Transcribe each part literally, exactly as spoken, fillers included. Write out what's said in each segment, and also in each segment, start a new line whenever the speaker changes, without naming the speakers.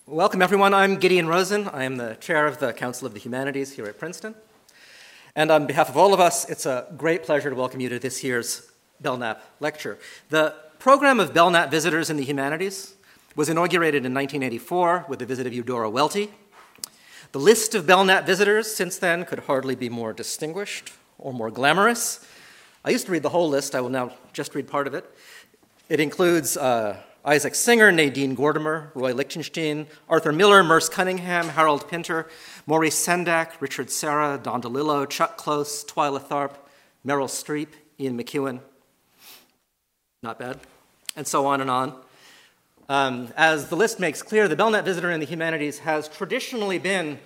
Welcome, everyone. I'm Gideon Rosen. I am the chair of the Council of the Humanities here at Princeton. And on behalf of all of us, it's a great pleasure to welcome you to this year's Belknap Lecture. The program of Belknap Visitors in the Humanities was inaugurated in nineteen eighty-four with the visit of Eudora Welty. The list of Belknap visitors since then could hardly be more distinguished or more glamorous. I used to read the whole list. I will now just read part of it. It includes uh, Isaac Singer, Nadine Gordimer, Roy Lichtenstein, Arthur Miller, Merce Cunningham, Harold Pinter, Maurice Sendak, Richard Serra, Don DeLillo, Chuck Close, Twyla Tharp, Meryl Streep, Ian McEwan. Not bad. And so on and on. Um, as the list makes clear, the Belknap Visitor in the Humanities has traditionally been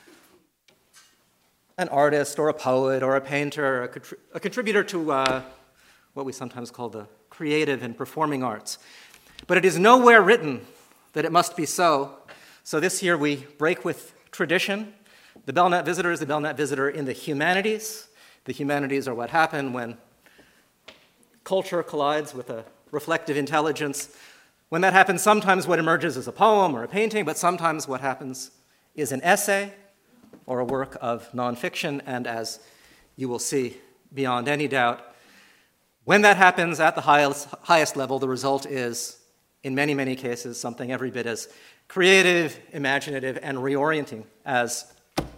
an artist or a poet or a painter, a, contri- a contributor to uh, what we sometimes call the creative and performing arts. But it is nowhere written that it must be so. So this year we break with tradition. The Belknap Visitor is the Belknap Visitor in the humanities. The humanities are what happen when culture collides with a reflective intelligence. When that happens, sometimes what emerges is a poem or a painting, but sometimes what happens is an essay or a work of nonfiction. And as you will see, beyond any doubt, when that happens at the highest, highest level, the result is, in many, many cases, something every bit as creative, imaginative, and reorienting as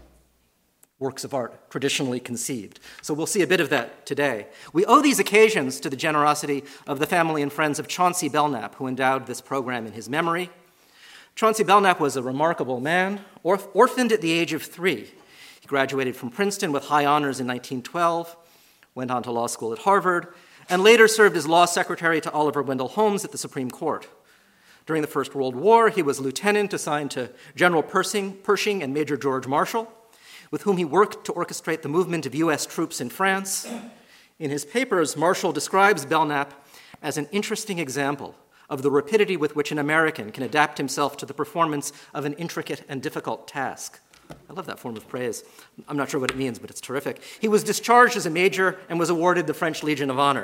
works of art traditionally conceived. So we'll see a bit of that today. We owe these occasions to the generosity of the family and friends of Chauncey Belknap, who endowed this program in his memory. Chauncey Belknap was a remarkable man, orph- orphaned at the age of three. He graduated from Princeton with high honors in nineteen twelve, went on to law school at Harvard, and later served as law secretary to Oliver Wendell Holmes at the Supreme Court. During the First World War, he was lieutenant assigned to General Pershing, Pershing and Major George Marshall, with whom he worked to orchestrate the movement of U S troops in France. In his papers, Marshall describes Belknap as an interesting example of the rapidity with which an American can adapt himself to the performance of an intricate and difficult task. I love that form of praise. I'm not sure what it means, but it's terrific. He was discharged as a major and was awarded the French Legion of Honor.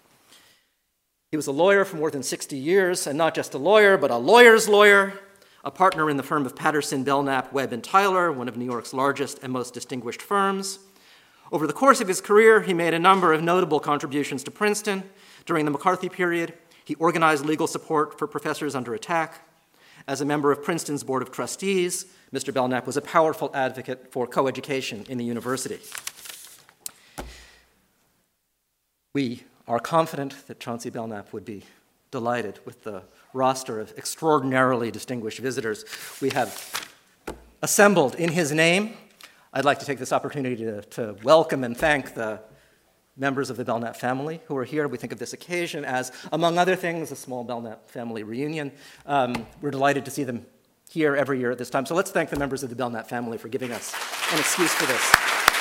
He was a lawyer for more than sixty years, and not just a lawyer, but a lawyer's lawyer, a partner in the firm of Patterson, Belknap, Webb and Tyler, one of New York's largest and most distinguished firms. Over the course of his career, he made a number of notable contributions to Princeton. During the McCarthy period, he organized legal support for professors under attack. As a member of Princeton's Board of Trustees, Mister Belknap was a powerful advocate for coeducation in the university. We are confident that Chauncey Belknap would be delighted with the roster of extraordinarily distinguished visitors we have assembled in his name. I'd like to take this opportunity to, to welcome and thank the members of the Belknap family who are here. We think of this occasion as, among other things, a small Belknap family reunion. Um, we're delighted to see them here every year at this time. So let's thank the members of the Belknap family for giving us an excuse for this.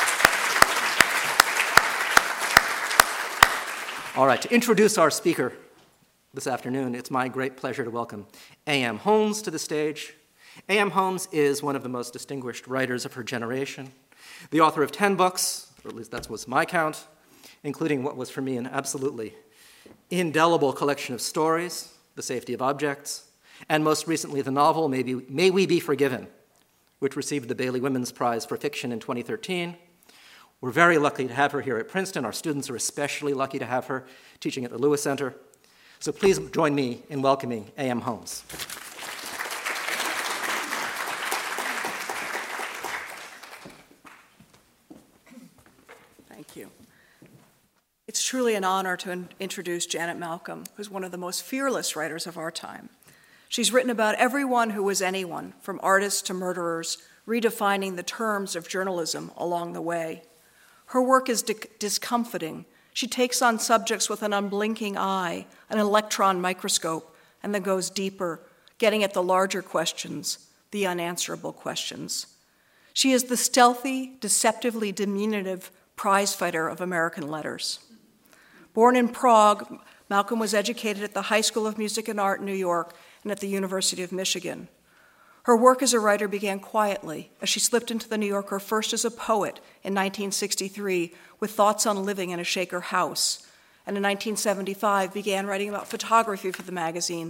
All right, to introduce our speaker this afternoon, it's my great pleasure to welcome A M Holmes to the stage. A M Holmes is one of the most distinguished writers of her generation, the author of ten books, or at least that was my count, including what was for me an absolutely indelible collection of stories, The Safety of Objects, and most recently the novel May, Be, May We Be Forgiven, which received the Bailey Women's Prize for Fiction in twenty thirteen. We're very lucky to have her here at Princeton. Our students are especially lucky to have her teaching at the Lewis Center. So please join me in welcoming A M Holmes.
Thank you. It's truly an honor to in- introduce Janet Malcolm, who's one of the most fearless writers of our time. She's written about everyone who was anyone, from artists to murderers, redefining the terms of journalism along the way. Her work is di- discomfiting. She takes on subjects with an unblinking eye, an electron microscope, and then goes deeper, getting at the larger questions, the unanswerable questions. She is the stealthy, deceptively diminutive prizefighter of American letters. Born in Prague, Malcolm was educated at the High School of Music and Art in New York and at the University of Michigan. Her work as a writer began quietly as she slipped into the New Yorker first as a poet in nineteen sixty-three with thoughts on living in a Shaker house, and in nineteen seventy-five began writing about photography for the magazine,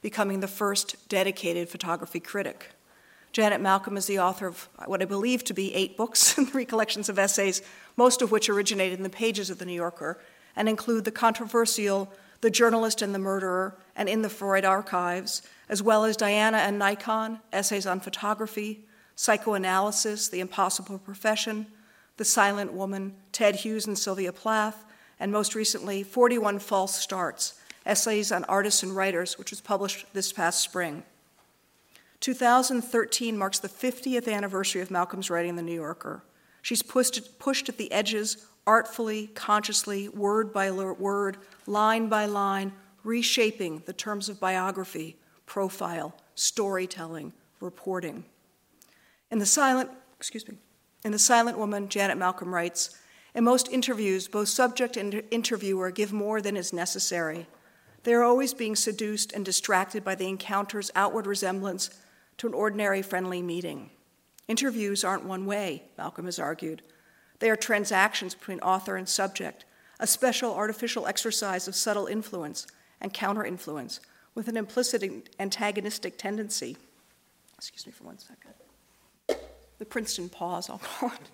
becoming the first dedicated photography critic. Janet Malcolm is the author of what I believe to be eight books and three collections of essays, most of which originated in the pages of The New Yorker, and include the controversial The Journalist and the Murderer and In the Freud Archives, as well as Diana and Nikon, Essays on Photography, Psychoanalysis, The Impossible Profession, The Silent Woman, Ted Hughes and Sylvia Plath, and most recently, forty-one False Starts, Essays on Artists and Writers, which was published this past spring. two thousand thirteen marks the fiftieth anniversary of Malcolm's writing in The New Yorker. She's pushed, pushed at the edges, artfully, consciously, word by word, line by line, reshaping the terms of biography, profile, storytelling, reporting. In The Silent, excuse me, in The Silent Woman, Janet Malcolm writes, "In most interviews, both subject and interviewer give more than is necessary. They are always being seduced and distracted by the encounter's outward resemblance to an ordinary friendly meeting. Interviews aren't one way," Malcolm has argued. They are transactions between author and subject, a special artificial exercise of subtle influence and counter-influence with an implicit antagonistic tendency. Excuse me for one second. The Princeton pause, I'll call it.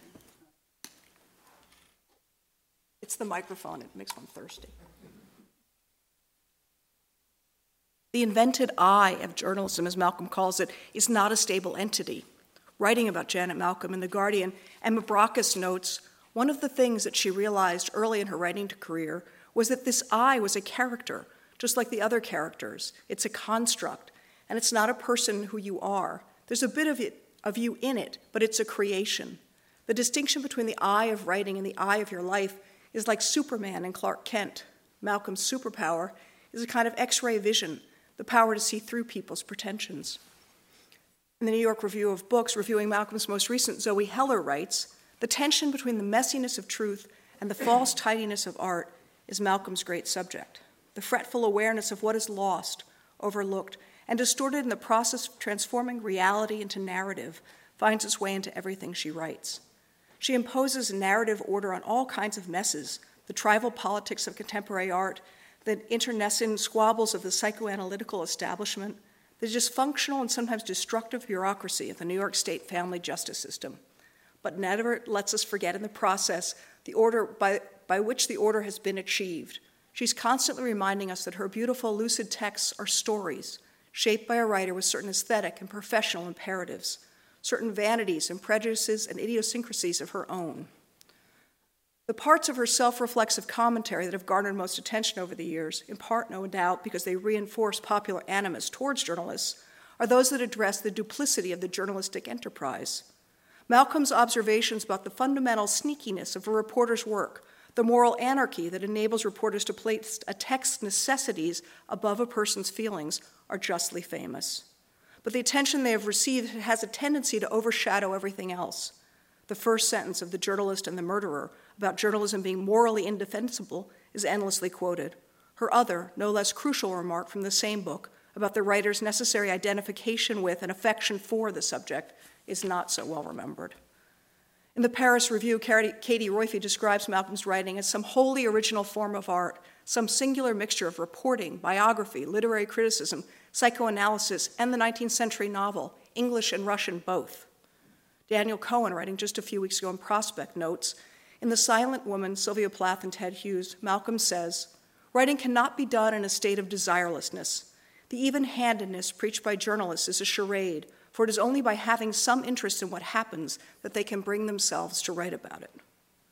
It's the microphone, it makes one thirsty. The invented I of journalism, as Malcolm calls it, is not a stable entity. Writing about Janet Malcolm in The Guardian, Emma Brockus notes, one of the things that she realized early in her writing career was that this I was a character, just like the other characters. It's a construct, and it's not a person who you are. There's a bit of it, of you in it, but it's a creation. The distinction between the I of writing and the I of your life is like Superman and Clark Kent. Malcolm's superpower is a kind of X-ray vision, the power to see through people's pretensions. In the New York Review of Books, reviewing Malcolm's most recent, Zoe Heller writes, "The tension between the messiness of truth and the false tidiness of art is Malcolm's great subject. The fretful awareness of what is lost, overlooked, and distorted in the process of transforming reality into narrative finds its way into everything she writes. She imposes a narrative order on all kinds of messes, the tribal politics of contemporary art, the internecine squabbles of the psychoanalytical establishment, the dysfunctional and sometimes destructive bureaucracy of the New York State family justice system, but never lets us forget in the process the order by, by which the order has been achieved. She's constantly reminding us that her beautiful, lucid texts are stories, shaped by a writer with certain aesthetic and professional imperatives, certain vanities and prejudices and idiosyncrasies of her own. The parts of her self-reflexive commentary that have garnered most attention over the years, in part, no doubt, because they reinforce popular animus towards journalists, are those that address the duplicity of the journalistic enterprise. Malcolm's observations about the fundamental sneakiness of a reporter's work, the moral anarchy that enables reporters to place a text's necessities above a person's feelings, are justly famous. But the attention they have received has a tendency to overshadow everything else. The first sentence of The Journalist and the Murderer about journalism being morally indefensible is endlessly quoted. Her other, no less crucial remark from the same book about the writer's necessary identification with and affection for the subject is not so well remembered. In the Paris Review, Katie Roiphe describes Malcolm's writing as some wholly original form of art, some singular mixture of reporting, biography, literary criticism, psychoanalysis, and the nineteenth century novel, English and Russian both. Daniel Cohen, writing just a few weeks ago in Prospect, notes, in The Silent Woman, Sylvia Plath and Ted Hughes, Malcolm says, writing cannot be done in a state of desirelessness. The even-handedness preached by journalists is a charade, for it is only by having some interest in what happens that they can bring themselves to write about it.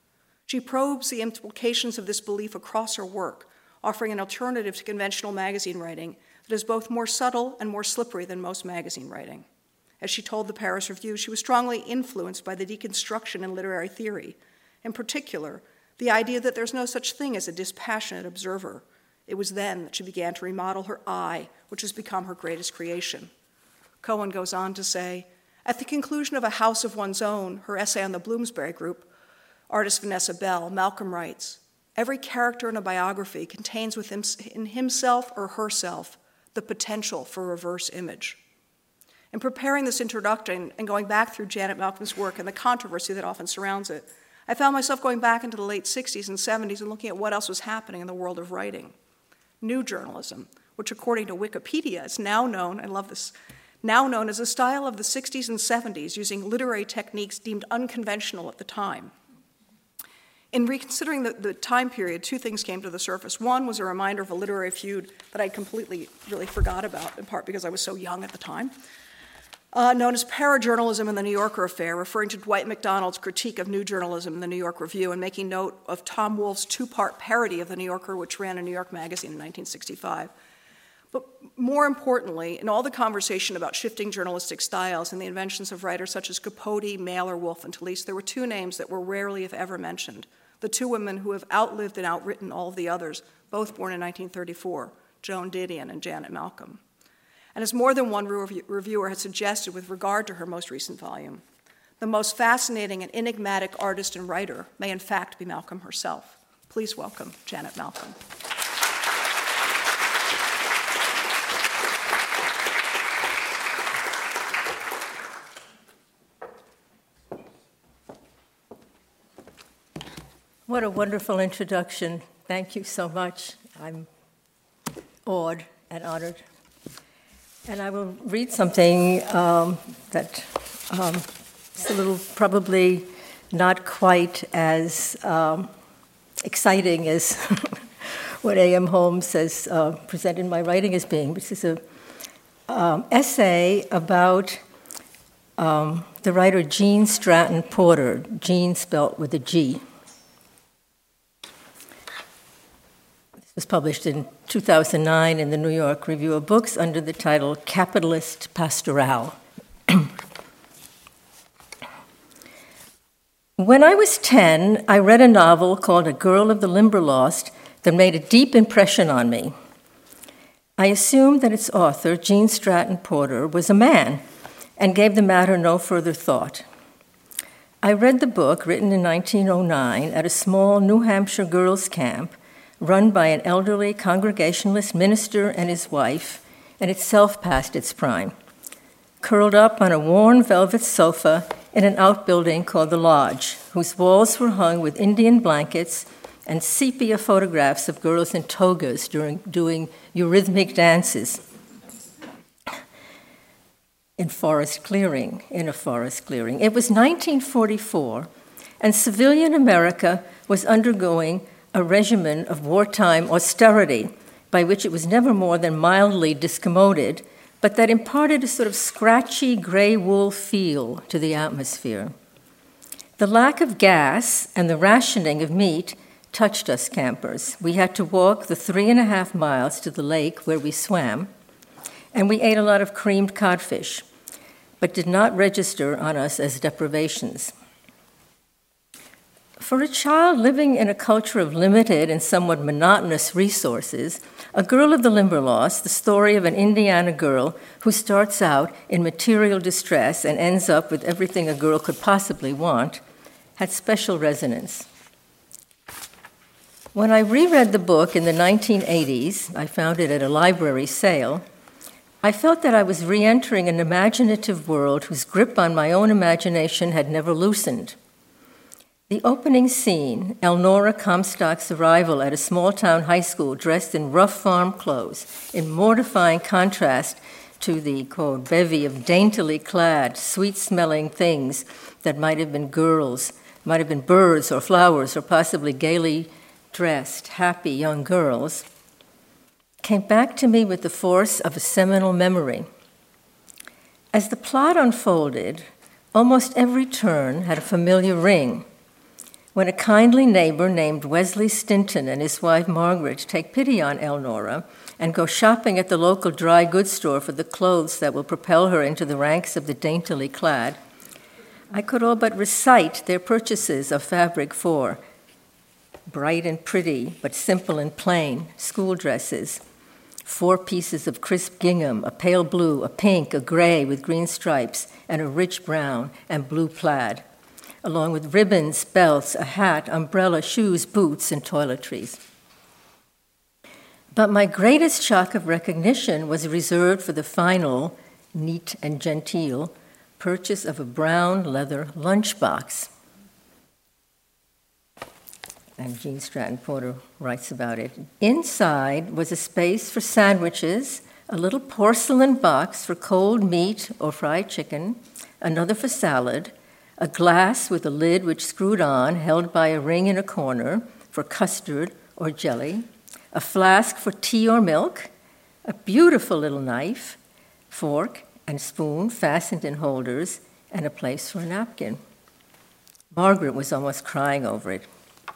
She probes the implications of this belief across her work, offering an alternative to conventional magazine writing that is both more subtle and more slippery than most magazine writing. As she told the Paris Review, she was strongly influenced by the deconstruction in literary theory, in particular, the idea that there's no such thing as a dispassionate observer. It was then that she began to remodel her I, which has become her greatest creation. Cohen goes on to say, at the conclusion of A House of One's Own, her essay on the Bloomsbury Group, artist Vanessa Bell, Malcolm writes, every character in a biography contains within himself or herself the potential for reverse image. In preparing this introduction and going back through Janet Malcolm's work and the controversy that often surrounds it, I found myself going back into the late sixties and seventies and looking at what else was happening in the world of writing. New journalism, which according to Wikipedia is now known, I love this, now known as a style of the sixties and seventies using literary techniques deemed unconventional at the time. In reconsidering the, the time period, two things came to the surface. One was a reminder of a literary feud that I completely really forgot about, in part because I was so young at the time, uh, known as parajournalism in the New Yorker affair, referring to Dwight MacDonald's critique of new journalism in the New York Review and making note of Tom Wolfe's two-part parody of the New Yorker, which ran in New York Magazine in nineteen sixty-five. But more importantly, in all the conversation about shifting journalistic styles and the inventions of writers such as Capote, Mailer, Woolf, and Talese, there were two names that were rarely, if ever, mentioned. The two women who have outlived and outwritten all of the others, both born in nineteen thirty-four, Joan Didion and Janet Malcolm. And as more than one rev- reviewer has suggested with regard to her most recent volume, the most fascinating and enigmatic artist and writer may in fact be Malcolm herself. Please welcome Janet Malcolm.
What a wonderful introduction. Thank you so much. I'm awed and honored. And I will read something um, that um, is a little, probably not quite as um, exciting as what A M Holmes has uh, presented my writing as being, which is an um, essay about um, the writer Gene Stratton Porter, Gene spelt with a G. Was published in two thousand nine in the New York Review of Books under the title Capitalist Pastoral. When I was ten, I read a novel called A Girl of the Limberlost that made a deep impression on me. I assumed that its author, Gene Stratton Porter, was a man and gave the matter no further thought. I read the book, written in nineteen oh nine, at a small New Hampshire girls' camp run by an elderly Congregationalist minister and his wife, and itself past its prime, curled up on a worn velvet sofa in an outbuilding called the Lodge, whose walls were hung with Indian blankets and sepia photographs of girls in togas during, doing eurythmic dances in forest clearing, in a forest clearing. It was nineteen forty-four, and civilian America was undergoing a regimen of wartime austerity by which it was never more than mildly discommoded, but that imparted a sort of scratchy gray wool feel to the atmosphere. The lack of gas and the rationing of meat touched us campers. We had to walk the three and a half miles to the lake where we swam, and we ate a lot of creamed codfish, but did not register on us as deprivations. For a child living in a culture of limited and somewhat monotonous resources, A Girl of the Limberlost, the story of an Indiana girl who starts out in material distress and ends up with everything a girl could possibly want, had special resonance. When I reread the book in the nineteen eighties, I found it at a library sale, I felt that I was re-entering an imaginative world whose grip on my own imagination had never loosened. The opening scene, Elnora Comstock's arrival at a small-town high school dressed in rough farm clothes, in mortifying contrast to the, quote, bevy of daintily clad, sweet-smelling things that might have been girls, might have been birds or flowers or possibly gaily dressed, happy young girls, came back to me with the force of a seminal memory. As the plot unfolded, almost every turn had a familiar ring. When a kindly neighbor named Wesley Stinton and his wife Margaret take pity on Elnora and go shopping at the local dry goods store for the clothes that will propel her into the ranks of the daintily clad, I could all but recite their purchases of fabric for bright and pretty, but simple and plain, school dresses, four pieces of crisp gingham, a pale blue, a pink, a gray with green stripes, and a rich brown and blue plaid, along with ribbons, belts, a hat, umbrella, shoes, boots, and toiletries. But my greatest shock of recognition was reserved for the final, neat and genteel, purchase of a brown leather lunchbox. and Jean Stratton Porter writes about it. Inside was a space for sandwiches, a little porcelain box for cold meat or fried chicken, another for salad, a glass with a lid which screwed on, held by a ring in a corner, for custard or jelly, a flask for tea or milk, a beautiful little knife, fork and spoon fastened in holders, and a place for a napkin. Margaret was almost crying over it.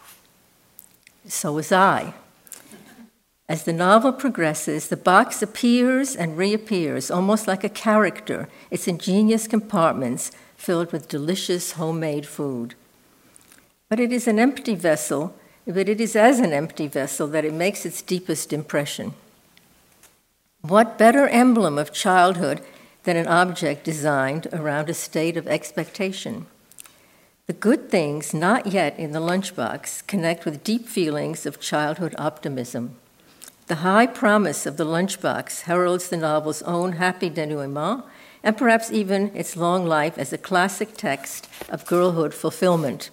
So was I. As the novel progresses, the box appears and reappears, almost like a character, its ingenious compartments filled with delicious homemade food. But it is an empty vessel, but it is as an empty vessel that it makes its deepest impression. What better emblem of childhood than an object designed around a state of expectation? The good things not yet in the lunchbox connect with deep feelings of childhood optimism. The high promise of the lunchbox heralds the novel's own happy denouement, and perhaps even its long life as a classic text of girlhood fulfillment.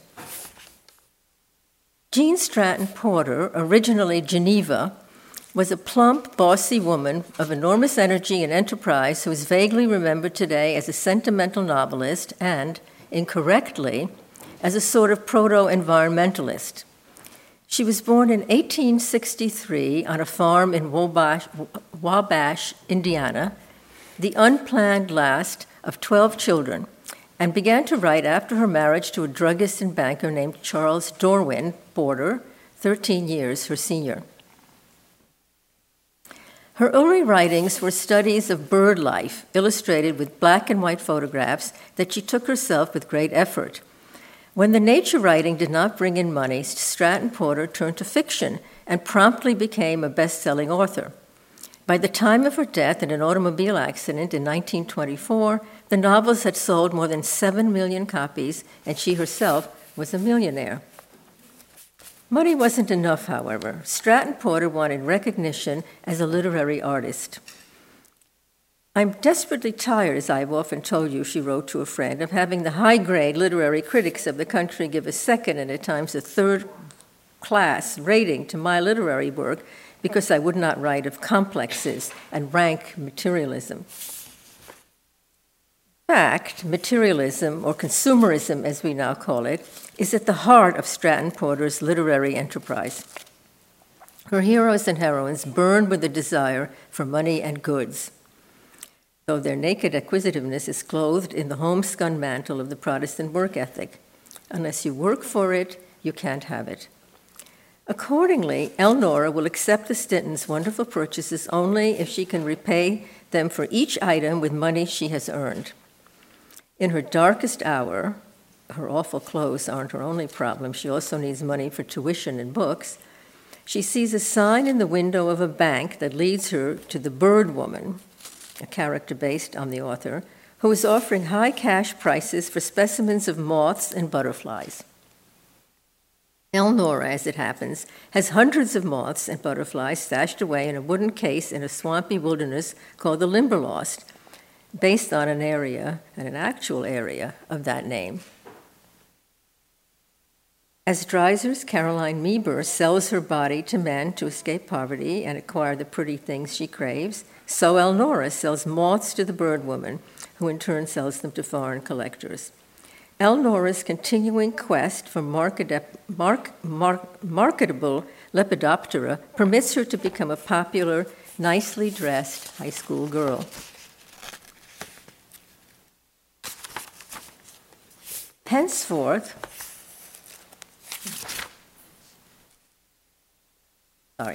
Jean Stratton Porter, originally Geneva, was a plump, bossy woman of enormous energy and enterprise who is vaguely remembered today as a sentimental novelist and, incorrectly, as a sort of proto-environmentalist. She was born in eighteen sixty-three on a farm in Wabash, Wabash, Indiana, the unplanned last of twelve children, and began to write after her marriage to a druggist and banker named Charles Dorwin Porter, thirteen years her senior. Her early writings were studies of bird life, illustrated with black and white photographs that she took herself with great effort. When the nature writing did not bring in money, Stratton Porter turned to fiction and promptly became a best-selling author. By the time of her death in an automobile accident in nineteen twenty-four, the novels had sold more than seven million copies, and she herself was a millionaire. Money wasn't enough, however. Stratton Porter wanted recognition as a literary artist. "I'm desperately tired, as I've often told you," she wrote to a friend, "of having the high-grade literary critics of the country give a second and at times a third-class rating to my literary work because I would not write of complexes and rank materialism." In fact, materialism, or consumerism as we now call it, is at the heart of Stratton Porter's literary enterprise. Her heroes and heroines burn with a desire for money and goods, though their naked acquisitiveness is clothed in the homespun mantle of the Protestant work ethic. Unless you work for it, you can't have it. Accordingly, Elnora will accept the Stintons' wonderful purchases only if she can repay them for each item with money she has earned. In her darkest hour, her awful clothes aren't her only problem. She also needs money for tuition and books. She sees a sign in the window of a bank that leads her to the Bird Woman, a character based on the author, who is offering high cash prices for specimens of moths and butterflies. Elnora, as it happens, has hundreds of moths and butterflies stashed away in a wooden case in a swampy wilderness called the Limberlost, based on an area, and an actual area, of that name. As Dreiser's Caroline Meeber sells her body to men to escape poverty and acquire the pretty things she craves, so Elnora sells moths to the Bird Woman, who in turn sells them to foreign collectors. Elnora's continuing quest for market, mark, mark, marketable Lepidoptera permits her to become a popular, nicely dressed high school girl. Henceforth, sorry.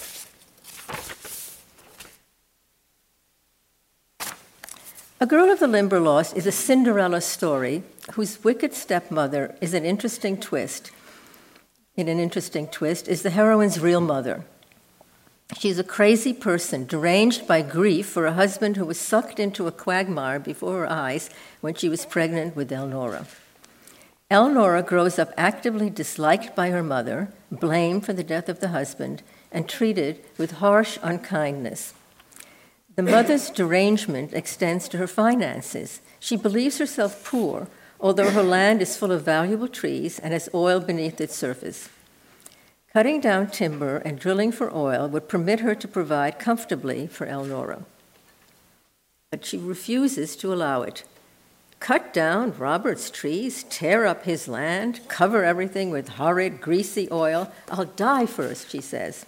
A Girl of the Limberlost is a Cinderella story whose wicked stepmother is an interesting twist. In an interesting twist is the heroine's real mother. She's a crazy person, deranged by grief for a husband who was sucked into a quagmire before her eyes when she was pregnant with Elnora. Elnora grows up actively disliked by her mother, blamed for the death of the husband, and treated with harsh unkindness. The mother's derangement extends to her finances. She believes herself poor, although her land is full of valuable trees and has oil beneath its surface. Cutting down timber and drilling for oil would permit her to provide comfortably for Elnora. But she refuses to allow it. Cut down Robert's trees, tear up his land, cover everything with horrid, greasy oil. I'll die first, she says.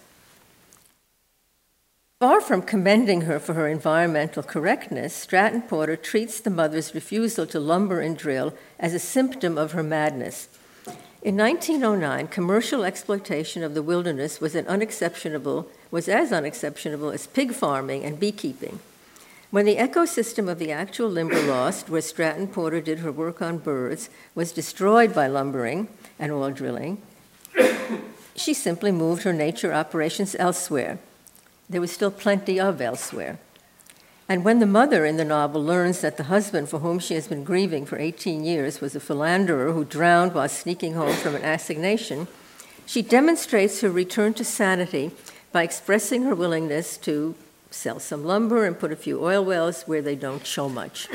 Far from commending her for her environmental correctness, Stratton Porter treats the mother's refusal to lumber and drill as a symptom of her madness. In nineteen oh nine, commercial exploitation of the wilderness was, an unexceptionable, was as unexceptionable as pig farming and beekeeping. When the ecosystem of the actual Limberlost, where Stratton Porter did her work on birds, was destroyed by lumbering and oil drilling, she simply moved her nature operations elsewhere. There was still plenty of elsewhere. And when the mother in the novel learns that the husband for whom she has been grieving for eighteen years was a philanderer who drowned while sneaking home from an assignation, she demonstrates her return to sanity by expressing her willingness to sell some lumber and put a few oil wells where they don't show much.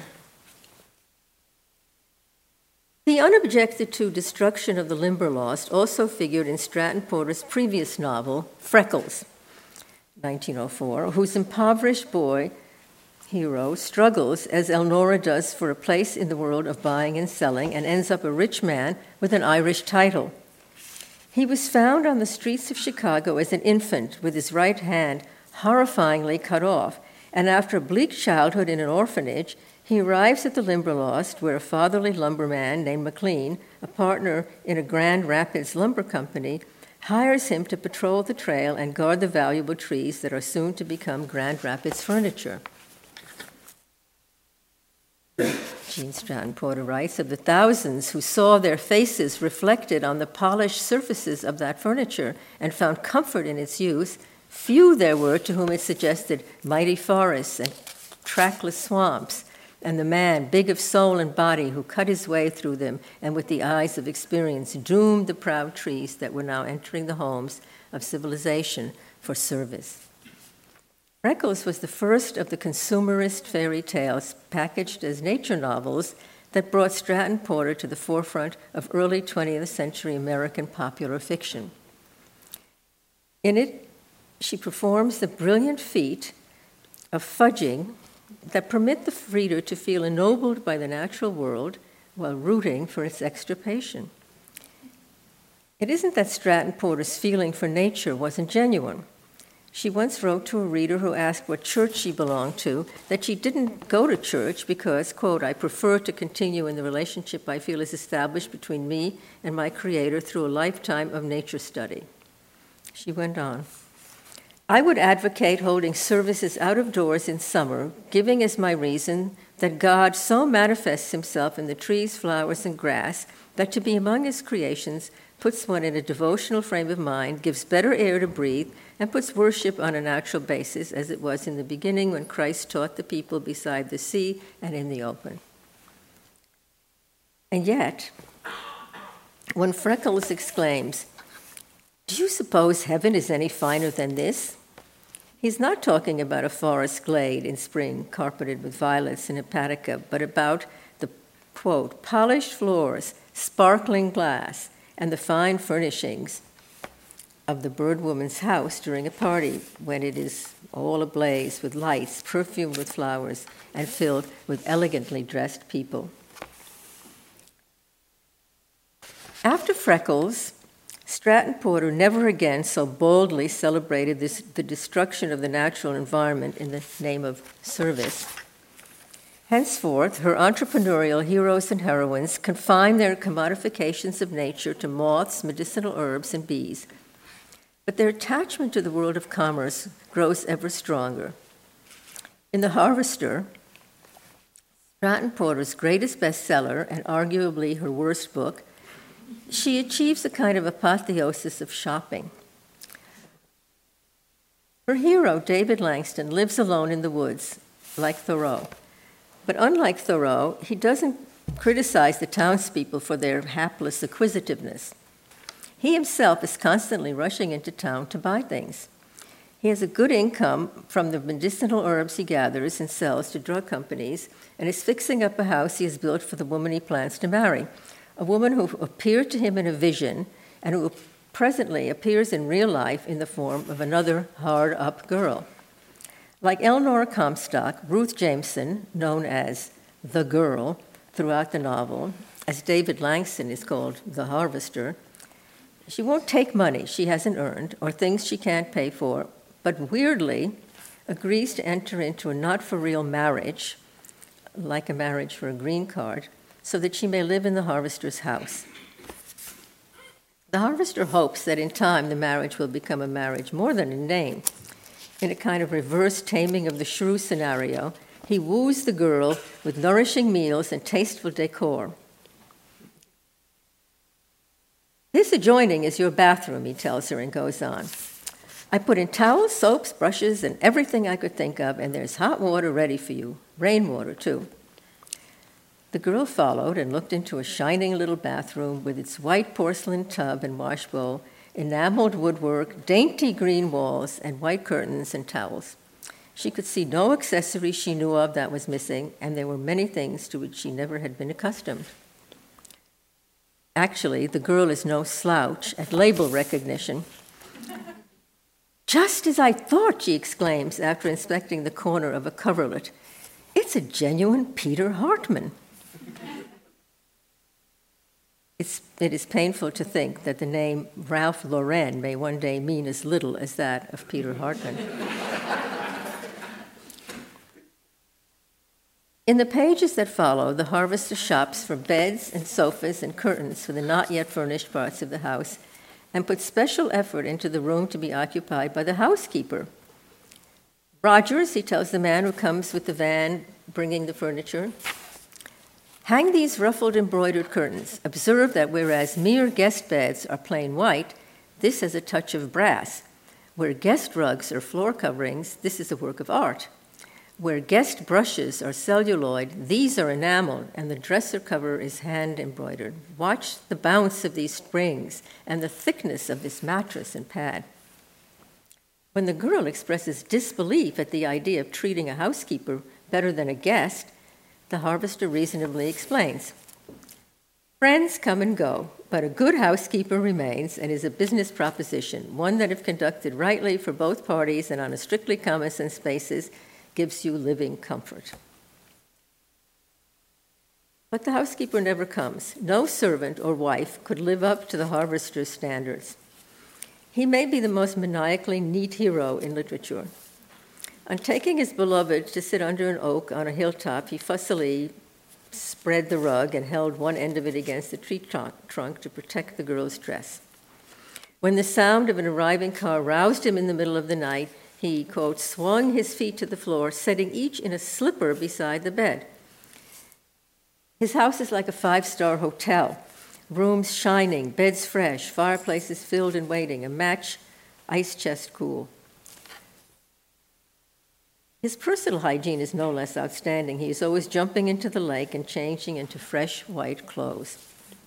The unobjected to destruction of the Limberlost also figured in Stratton Porter's previous novel, Freckles, nineteen oh four, whose impoverished boy hero struggles, as Elnora does, for a place in the world of buying and selling and ends up a rich man with an Irish title. He was found on the streets of Chicago as an infant with his right hand horrifyingly cut off, and after a bleak childhood in an orphanage, he arrives at the Limberlost, where a fatherly lumberman named McLean, a partner in a Grand Rapids lumber company, hires him to patrol the trail and guard the valuable trees that are soon to become Grand Rapids furniture. Jean Stratton Porter writes, of the thousands who saw their faces reflected on the polished surfaces of that furniture and found comfort in its use, few there were to whom it suggested mighty forests and trackless swamps, and the man, big of soul and body, who cut his way through them and with the eyes of experience doomed the proud trees that were now entering the homes of civilization for service. Freckles was the first of the consumerist fairy tales packaged as nature novels that brought Stratton Porter to the forefront of early twentieth century American popular fiction. In it, she performs the brilliant feat of fudging that permit the reader to feel ennobled by the natural world while rooting for its extirpation. It isn't that Stratton Porter's feeling for nature wasn't genuine. She once wrote to a reader who asked what church she belonged to that she didn't go to church because, quote, I prefer to continue in the relationship I feel is established between me and my Creator through a lifetime of nature study. She went on, I would advocate holding services out of doors in summer, giving as my reason that God so manifests himself in the trees, flowers, and grass that to be among his creations puts one in a devotional frame of mind, gives better air to breathe, and puts worship on a natural basis, as it was in the beginning when Christ taught the people beside the sea and in the open. And yet, when Freckles exclaims, do you suppose heaven is any finer than this? He's not talking about a forest glade in spring carpeted with violets and hepatica, but about the, quote, polished floors, sparkling glass, and the fine furnishings of the bird woman's house during a party when it is all ablaze with lights, perfumed with flowers, and filled with elegantly dressed people. After Freckles, Stratton Porter never again so boldly celebrated this, the destruction of the natural environment in the name of service. Henceforth, her entrepreneurial heroes and heroines confine their commodifications of nature to moths, medicinal herbs, and bees. But their attachment to the world of commerce grows ever stronger. In The Harvester, Stratton Porter's greatest bestseller and arguably her worst book, she achieves a kind of apotheosis of shopping. Her hero, David Langston, lives alone in the woods, like Thoreau. But unlike Thoreau, he doesn't criticize the townspeople for their hapless acquisitiveness. He himself is constantly rushing into town to buy things. He has a good income from the medicinal herbs he gathers and sells to drug companies, and is fixing up a house he has built for the woman he plans to marry, a woman who appeared to him in a vision and who presently appears in real life in the form of another hard-up girl. Like Eleanor Comstock, Ruth Jameson, known as the girl throughout the novel, as David Langston is called the harvester, she won't take money she hasn't earned or things she can't pay for, but weirdly agrees to enter into a not-for-real marriage, like a marriage for a green card, so that she may live in the harvester's house. The harvester hopes that in time the marriage will become a marriage more than in name. In a kind of reverse Taming of the Shrew scenario, he woos the girl with nourishing meals and tasteful decor. This adjoining is your bathroom, he tells her, and goes on. I put in towels, soaps, brushes, and everything I could think of, and there's hot water ready for you, rainwater, too. The girl followed and looked into a shining little bathroom with its white porcelain tub and washbowl, enameled woodwork, dainty green walls, and white curtains and towels. She could see no accessory she knew of that was missing, and there were many things to which she never had been accustomed. Actually, the girl is no slouch at label recognition. Just as I thought, she exclaims after inspecting the corner of a coverlet. It's a genuine Peter Hartman. It's, it is painful to think that the name Ralph Lauren may one day mean as little as that of Peter Hartman. In the pages that follow, the harvester shops for beds and sofas and curtains for the not yet furnished parts of the house and puts special effort into the room to be occupied by the housekeeper. Rogers, he tells the man who comes with the van bringing the furniture, hang these ruffled embroidered curtains. Observe that whereas mere guest beds are plain white, this has a touch of brass. Where guest rugs are floor coverings, this is a work of art. Where guest brushes are celluloid, these are enameled, and the dresser cover is hand embroidered. Watch the bounce of these springs and the thickness of this mattress and pad. When the girl expresses disbelief at the idea of treating a housekeeper better than a guest, the harvester reasonably explains. Friends come and go, but a good housekeeper remains and is a business proposition, one that if conducted rightly for both parties and on a strictly common sense basis, gives you living comfort. But the housekeeper never comes. No servant or wife could live up to the harvester's standards. He may be the most maniacally neat hero in literature. On taking his beloved to sit under an oak on a hilltop, he fussily spread the rug and held one end of it against the tree trunk to protect the girl's dress. When the sound of an arriving car roused him in the middle of the night, he, quote, swung his feet to the floor, setting each in a slipper beside the bed. His house is like a five-star hotel, rooms shining, beds fresh, fireplaces filled and waiting, a match ice chest cool. His personal hygiene is no less outstanding. He is always jumping into the lake and changing into fresh white clothes.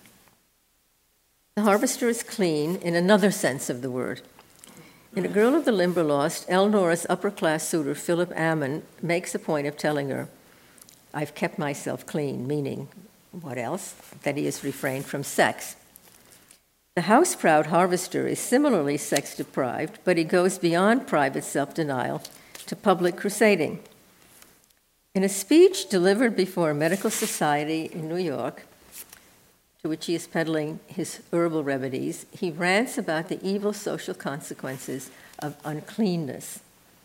The harvester is clean in another sense of the word. In A Girl of the Limberlost, Eleanor's upper-class suitor, Philip Ammon, makes a point of telling her, I've kept myself clean, meaning, what else? That he has refrained from sex. The house-proud harvester is similarly sex-deprived, but he goes beyond private self-denial to public crusading. In a speech delivered before a medical society in New York, to which he is peddling his herbal remedies, he rants about the evil social consequences of uncleanness.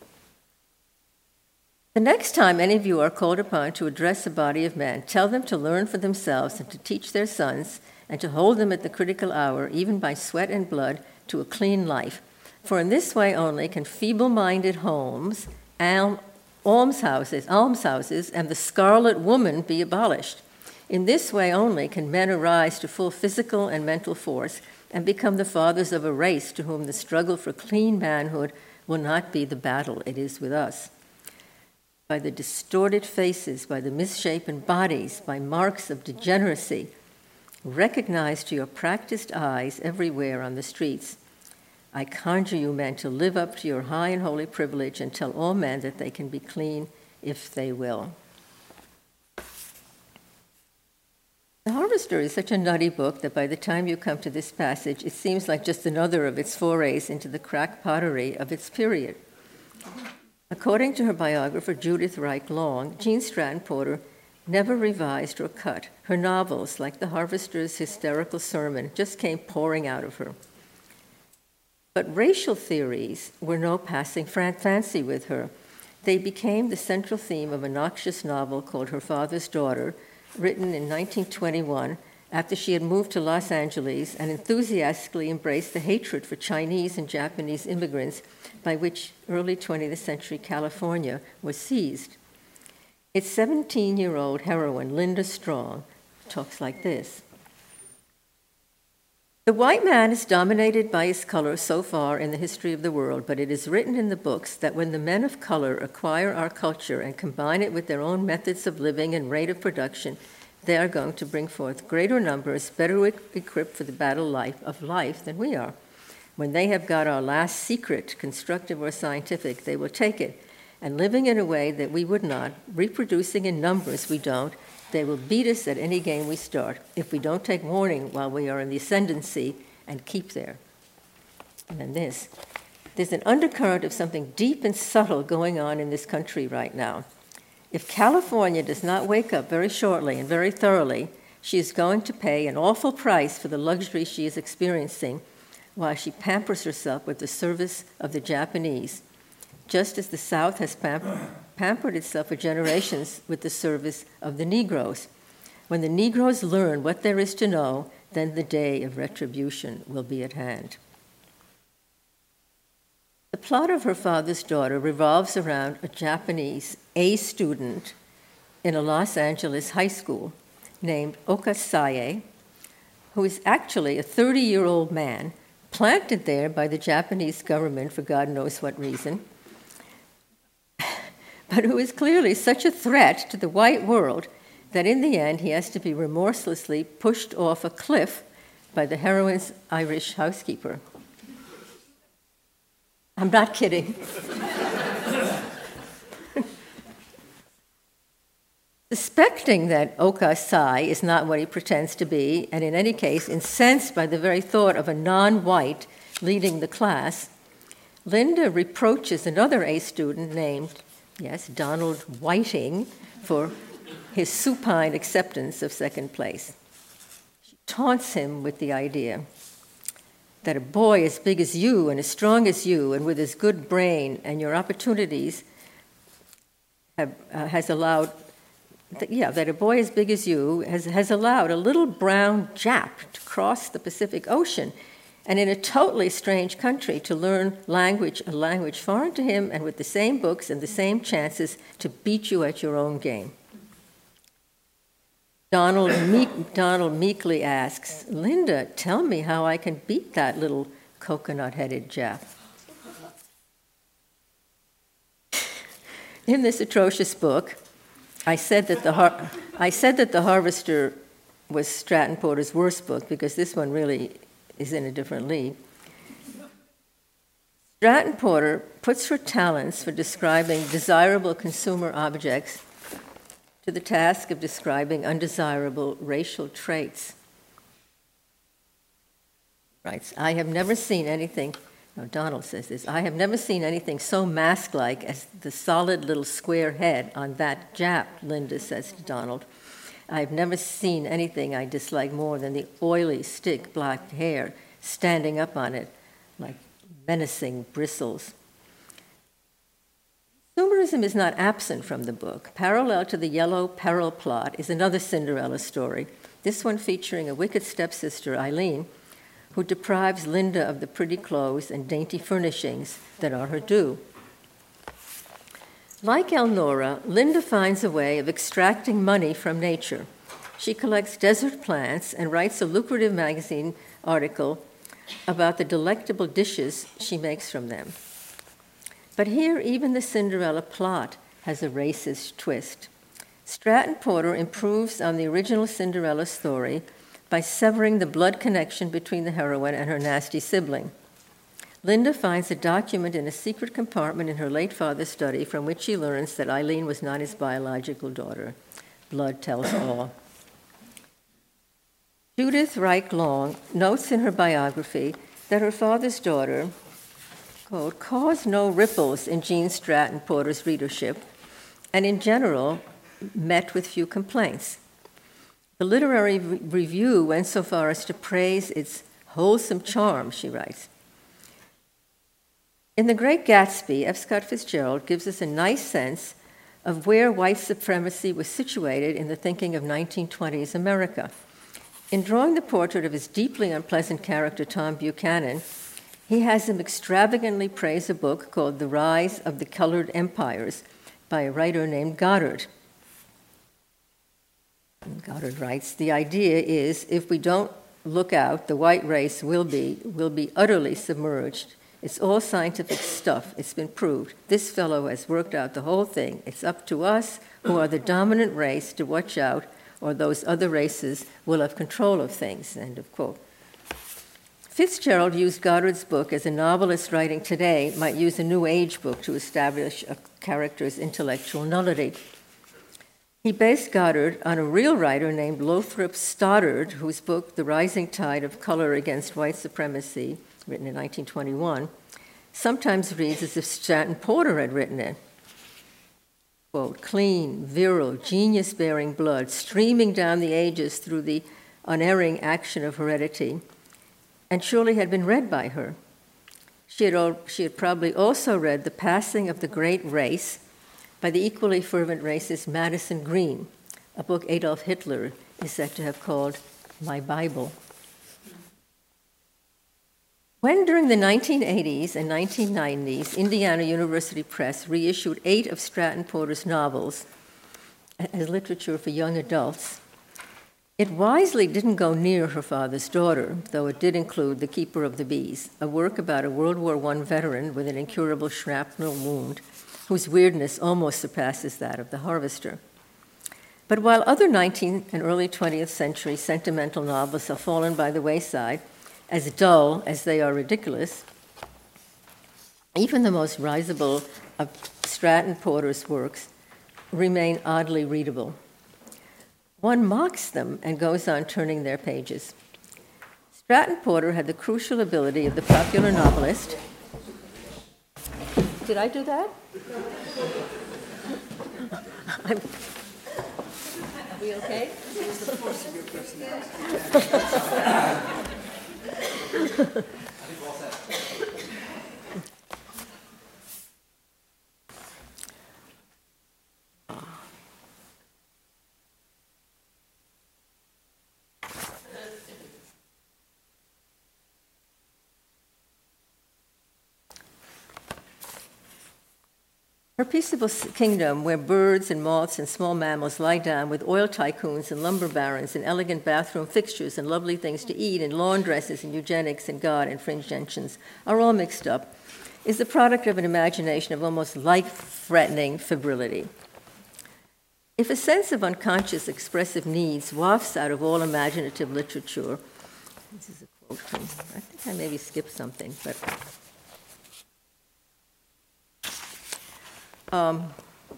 The next time any of you are called upon to address a body of men, tell them to learn for themselves and to teach their sons and to hold them at the critical hour, even by sweat and blood, to a clean life. For in this way only can feeble-minded homes, alm- almshouses, almshouses, and the scarlet woman be abolished. In this way only can men arise to full physical and mental force and become the fathers of a race to whom the struggle for clean manhood will not be the battle it is with us. By the distorted faces, by the misshapen bodies, by marks of degeneracy, recognized to your practiced eyes everywhere on the streets, I conjure you men to live up to your high and holy privilege and tell all men that they can be clean if they will. The Harvester is such a nutty book that by the time you come to this passage, it seems like just another of its forays into the crack pottery of its period. According to her biographer, Judith Wright Long, Jean Stratton Porter never revised or cut. Her novels, like The Harvester's hysterical sermon, just came pouring out of her. But racial theories were no passing fancy with her. They became the central theme of a noxious novel called Her Father's Daughter, written in nineteen twenty-one after she had moved to Los Angeles and enthusiastically embraced the hatred for Chinese and Japanese immigrants by which early twentieth century California was seized. Its seventeen-year-old heroine, Linda Strong, talks like this. The white man is dominated by his color so far in the history of the world, but it is written in the books that when the men of color acquire our culture and combine it with their own methods of living and rate of production, they are going to bring forth greater numbers, better equipped for the battle life of life than we are. When they have got our last secret, constructive or scientific, they will take it, and living in a way that we would not, reproducing in numbers we don't, they will beat us at any game we start if we don't take warning while we are in the ascendancy and keep there. And then this. There's an undercurrent of something deep and subtle going on in this country right now. If California does not wake up very shortly and very thoroughly, she is going to pay an awful price for the luxury she is experiencing while she pampers herself with the service of the Japanese, just as the South has pampered pampered itself for generations with the service of the Negroes. When the Negroes learn what there is to know, then the day of retribution will be at hand. The plot of Her Father's Daughter revolves around a Japanese A student in a Los Angeles high school named Oka Saye, who is actually a thirty-year-old man planted there by the Japanese government for God knows what reason, but who is clearly such a threat to the white world that in the end he has to be remorselessly pushed off a cliff by the heroine's Irish housekeeper. I'm not kidding. Suspecting that Oka Sai is not what he pretends to be, and in any case incensed by the very thought of a non-white leading the class, Linda reproaches another A student named Yes, Donald Whiting, for his supine acceptance of second place. She taunts him with the idea that a boy as big as you and as strong as you and with as good brain and your opportunities have, uh, has allowed, th- yeah, that a boy as big as you has, has allowed a little brown Jap to cross the Pacific Ocean and in a totally strange country to learn language, a language foreign to him, and with the same books and the same chances to beat you at your own game. Donald, meek, Donald meekly asks, Linda, tell me how I can beat that little coconut-headed Jap. In this atrocious book, I said that the har- I said that The Harvester was Stratton Porter's worst book because this one really is in a different league. Stratton Porter puts her talents for describing desirable consumer objects to the task of describing undesirable racial traits. Writes, I have never seen anything, no, Donald says this, I have never seen anything so mask-like as the solid little square head on that Jap, Linda says to Donald. I've never seen anything I dislike more than the oily, stick black hair standing up on it like menacing bristles. Consumerism is not absent from the book. Parallel to the Yellow Peril plot is another Cinderella story, this one featuring a wicked stepsister, Eileen, who deprives Linda of the pretty clothes and dainty furnishings that are her due. Like Elnora, Linda finds a way of extracting money from nature. She collects desert plants and writes a lucrative magazine article about the delectable dishes she makes from them. But here, even the Cinderella plot has a racist twist. Stratton Porter improves on the original Cinderella story by severing the blood connection between the heroine and her nasty sibling. Linda finds a document in a secret compartment in her late father's study from which she learns that Eileen was not his biological daughter. Blood tells all. Judith Reich Long notes in her biography that her father's daughter, quote, caused no ripples in Gene Stratton Porter's readership, and in general met with few complaints. The literary re- review went so far as to praise its wholesome charm, she writes. In The Great Gatsby, F. Scott Fitzgerald gives us a nice sense of where white supremacy was situated in the thinking of nineteen twenties America. In drawing the portrait of his deeply unpleasant character, Tom Buchanan, he has him extravagantly praise a book called The Rise of the Colored Empires by a writer named Goddard. And Goddard writes, the idea is if we don't look out, the white race will be, will be utterly submerged. It's all scientific stuff. It's been proved. This fellow has worked out the whole thing. It's up to us, who are the dominant race, to watch out, or those other races will have control of things, end of quote. Fitzgerald used Goddard's book as a novelist writing today might use a New Age book to establish a character's intellectual nullity. He based Goddard on a real writer named Lothrop Stoddard, whose book, The Rising Tide of Color Against White Supremacy, written in nineteen twenty-one, sometimes reads as if Stratton Porter had written it. Quote, clean, virile, genius-bearing blood streaming down the ages through the unerring action of heredity, and surely had been read by her. She had, al- she had probably also read The Passing of the Great Race by the equally fervent racist Madison Green, a book Adolf Hitler is said to have called My Bible. When during the nineteen eighties and nineteen nineties, Indiana University Press reissued eight of Stratton Porter's novels as literature for young adults, it wisely didn't go near Her Father's Daughter, though it did include The Keeper of the Bees, a work about a World War One veteran with an incurable shrapnel wound, whose weirdness almost surpasses that of The Harvester. But while other nineteenth and early twentieth century sentimental novels have fallen by the wayside, as dull as they are ridiculous, even the most risible of Stratton Porter's works remain oddly readable. One mocks them and goes on turning their pages. Stratton Porter had the crucial ability of the popular novelist. Did I do that? I'm... Are we okay? It was the force of your personality. Her peaceable kingdom, where birds and moths and small mammals lie down with oil tycoons and lumber barons and elegant bathroom fixtures and lovely things to eat and lawn dresses and eugenics and God and fringe gentians, are all mixed up, is the product of an imagination of almost life-threatening febrility. If a sense of unconscious expressive needs wafts out of all imaginative literature, this is a quote from, I think I maybe skipped something, but... Um,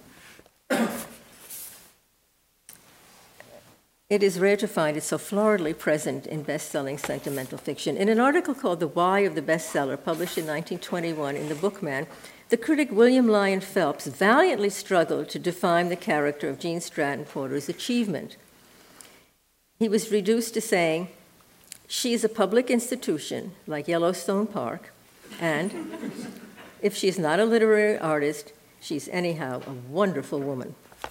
it is rare to find it so floridly present in best-selling sentimental fiction. In an article called The Why of the Bestseller, published in nineteen twenty-one in The Bookman, the critic William Lyon Phelps valiantly struggled to define the character of Gene Stratton Porter's achievement. He was reduced to saying, she is a public institution like Yellowstone Park, and if she is not a literary artist, she's anyhow a wonderful woman.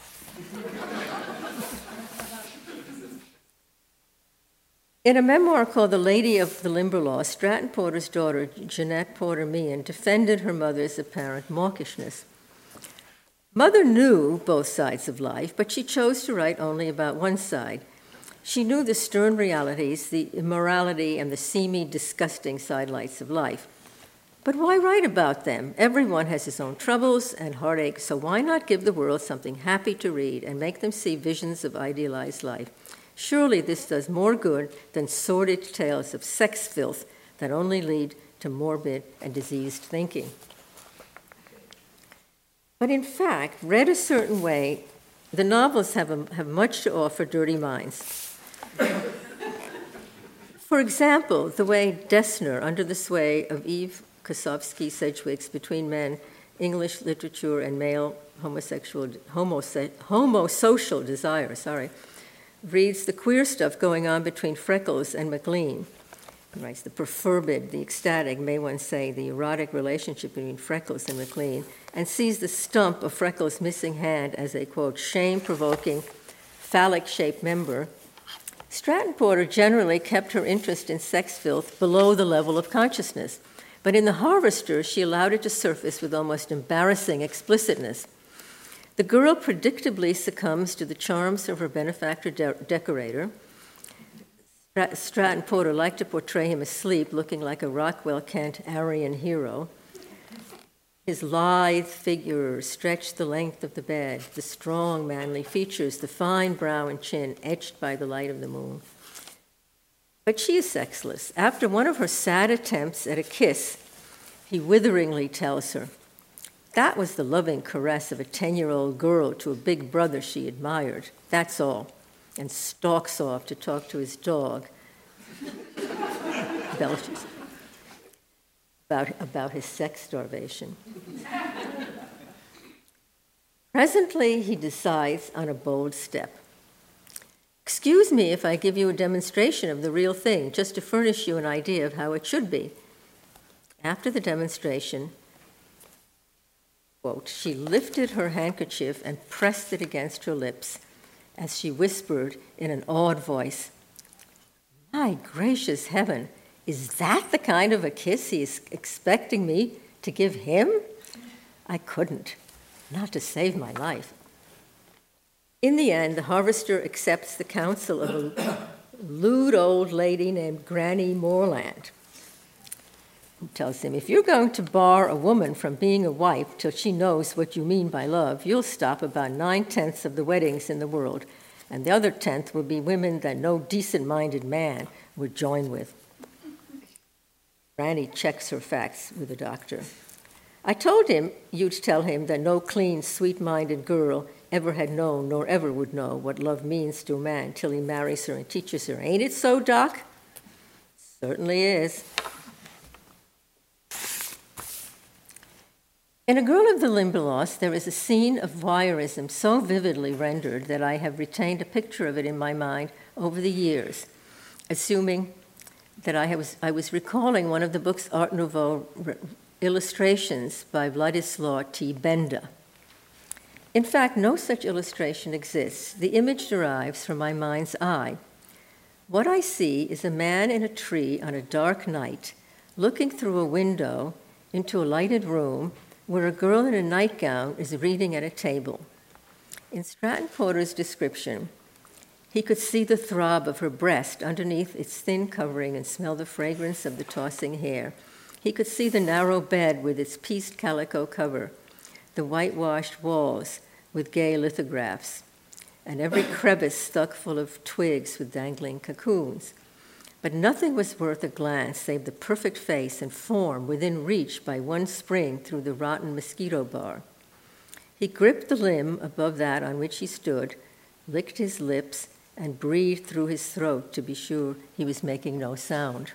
In a memoir called The Lady of the Limberlost, Stratton Porter's daughter, Jeanette Porter Meehan, defended her mother's apparent mawkishness. Mother knew both sides of life, but she chose to write only about one side. She knew the stern realities, the immorality, and the seamy, disgusting sidelights of life. But why write about them? Everyone has his own troubles and heartaches, so why not give the world something happy to read and make them see visions of idealized life? Surely this does more good than sordid tales of sex filth that only lead to morbid and diseased thinking. But in fact, read a certain way, the novels have, a, have much to offer dirty minds. For example, the way Dessner, under the sway of Eve Kosofsky Sedgwick's Between Men, English Literature and Male Homosexual, homose, Homosocial Desire, sorry, reads the queer stuff going on between Freckles and MacLean. He writes the perfervid, the ecstatic, may one say, the erotic relationship between Freckles and MacLean, and sees the stump of Freckles' missing hand as a, quote, shame-provoking, phallic-shaped member. Stratton Porter generally kept her interest in sex filth below the level of consciousness, but in The Harvester, she allowed it to surface with almost embarrassing explicitness. The girl predictably succumbs to the charms of her benefactor de- decorator. Stratton Porter liked to portray him asleep, looking like a Rockwell Kent Aryan hero. His lithe figure stretched the length of the bed, the strong, manly features, the fine brow and chin etched by the light of the moon. But she is sexless. After one of her sad attempts at a kiss, he witheringly tells her, that was the loving caress of a ten-year-old girl to a big brother she admired. That's all. And stalks off to talk to his dog, belches, about, about his sex starvation. Presently, he decides on a bold step. Excuse me if I give you a demonstration of the real thing, just to furnish you an idea of how it should be. After the demonstration, quote, she lifted her handkerchief and pressed it against her lips as she whispered in an awed voice, my gracious heaven, is that the kind of a kiss he is expecting me to give him? I couldn't, not to save my life. In the end, the Harvester accepts the counsel of a lewd old lady named Granny Moreland, who tells him, if you're going to bar a woman from being a wife till she knows what you mean by love, you'll stop about nine-tenths of the weddings in the world, and the other tenth will be women that no decent-minded man would join with. Granny checks her facts with the doctor. I told him you'd tell him that no clean, sweet-minded girl ever had known nor ever would know what love means to a man till he marries her and teaches her. Ain't it so, Doc? Certainly is. In A Girl of the Limberlost, there is a scene of voyeurism so vividly rendered that I have retained a picture of it in my mind over the years, assuming that I was, I was recalling one of the book's Art Nouveau re- illustrations by Vladislaw T. Benda. In fact, no such illustration exists. The image derives from my mind's eye. What I see is a man in a tree on a dark night, looking through a window into a lighted room where a girl in a nightgown is reading at a table. In Stratton Porter's description, he could see the throb of her breast underneath its thin covering and smell the fragrance of the tossing hair. He could see the narrow bed with its pieced calico cover, the whitewashed walls with gay lithographs, and every crevice stuck full of twigs with dangling cocoons. But nothing was worth a glance save the perfect face and form within reach by one spring through the rotten mosquito bar. He gripped the limb above that on which he stood, licked his lips, and breathed through his throat to be sure he was making no sound.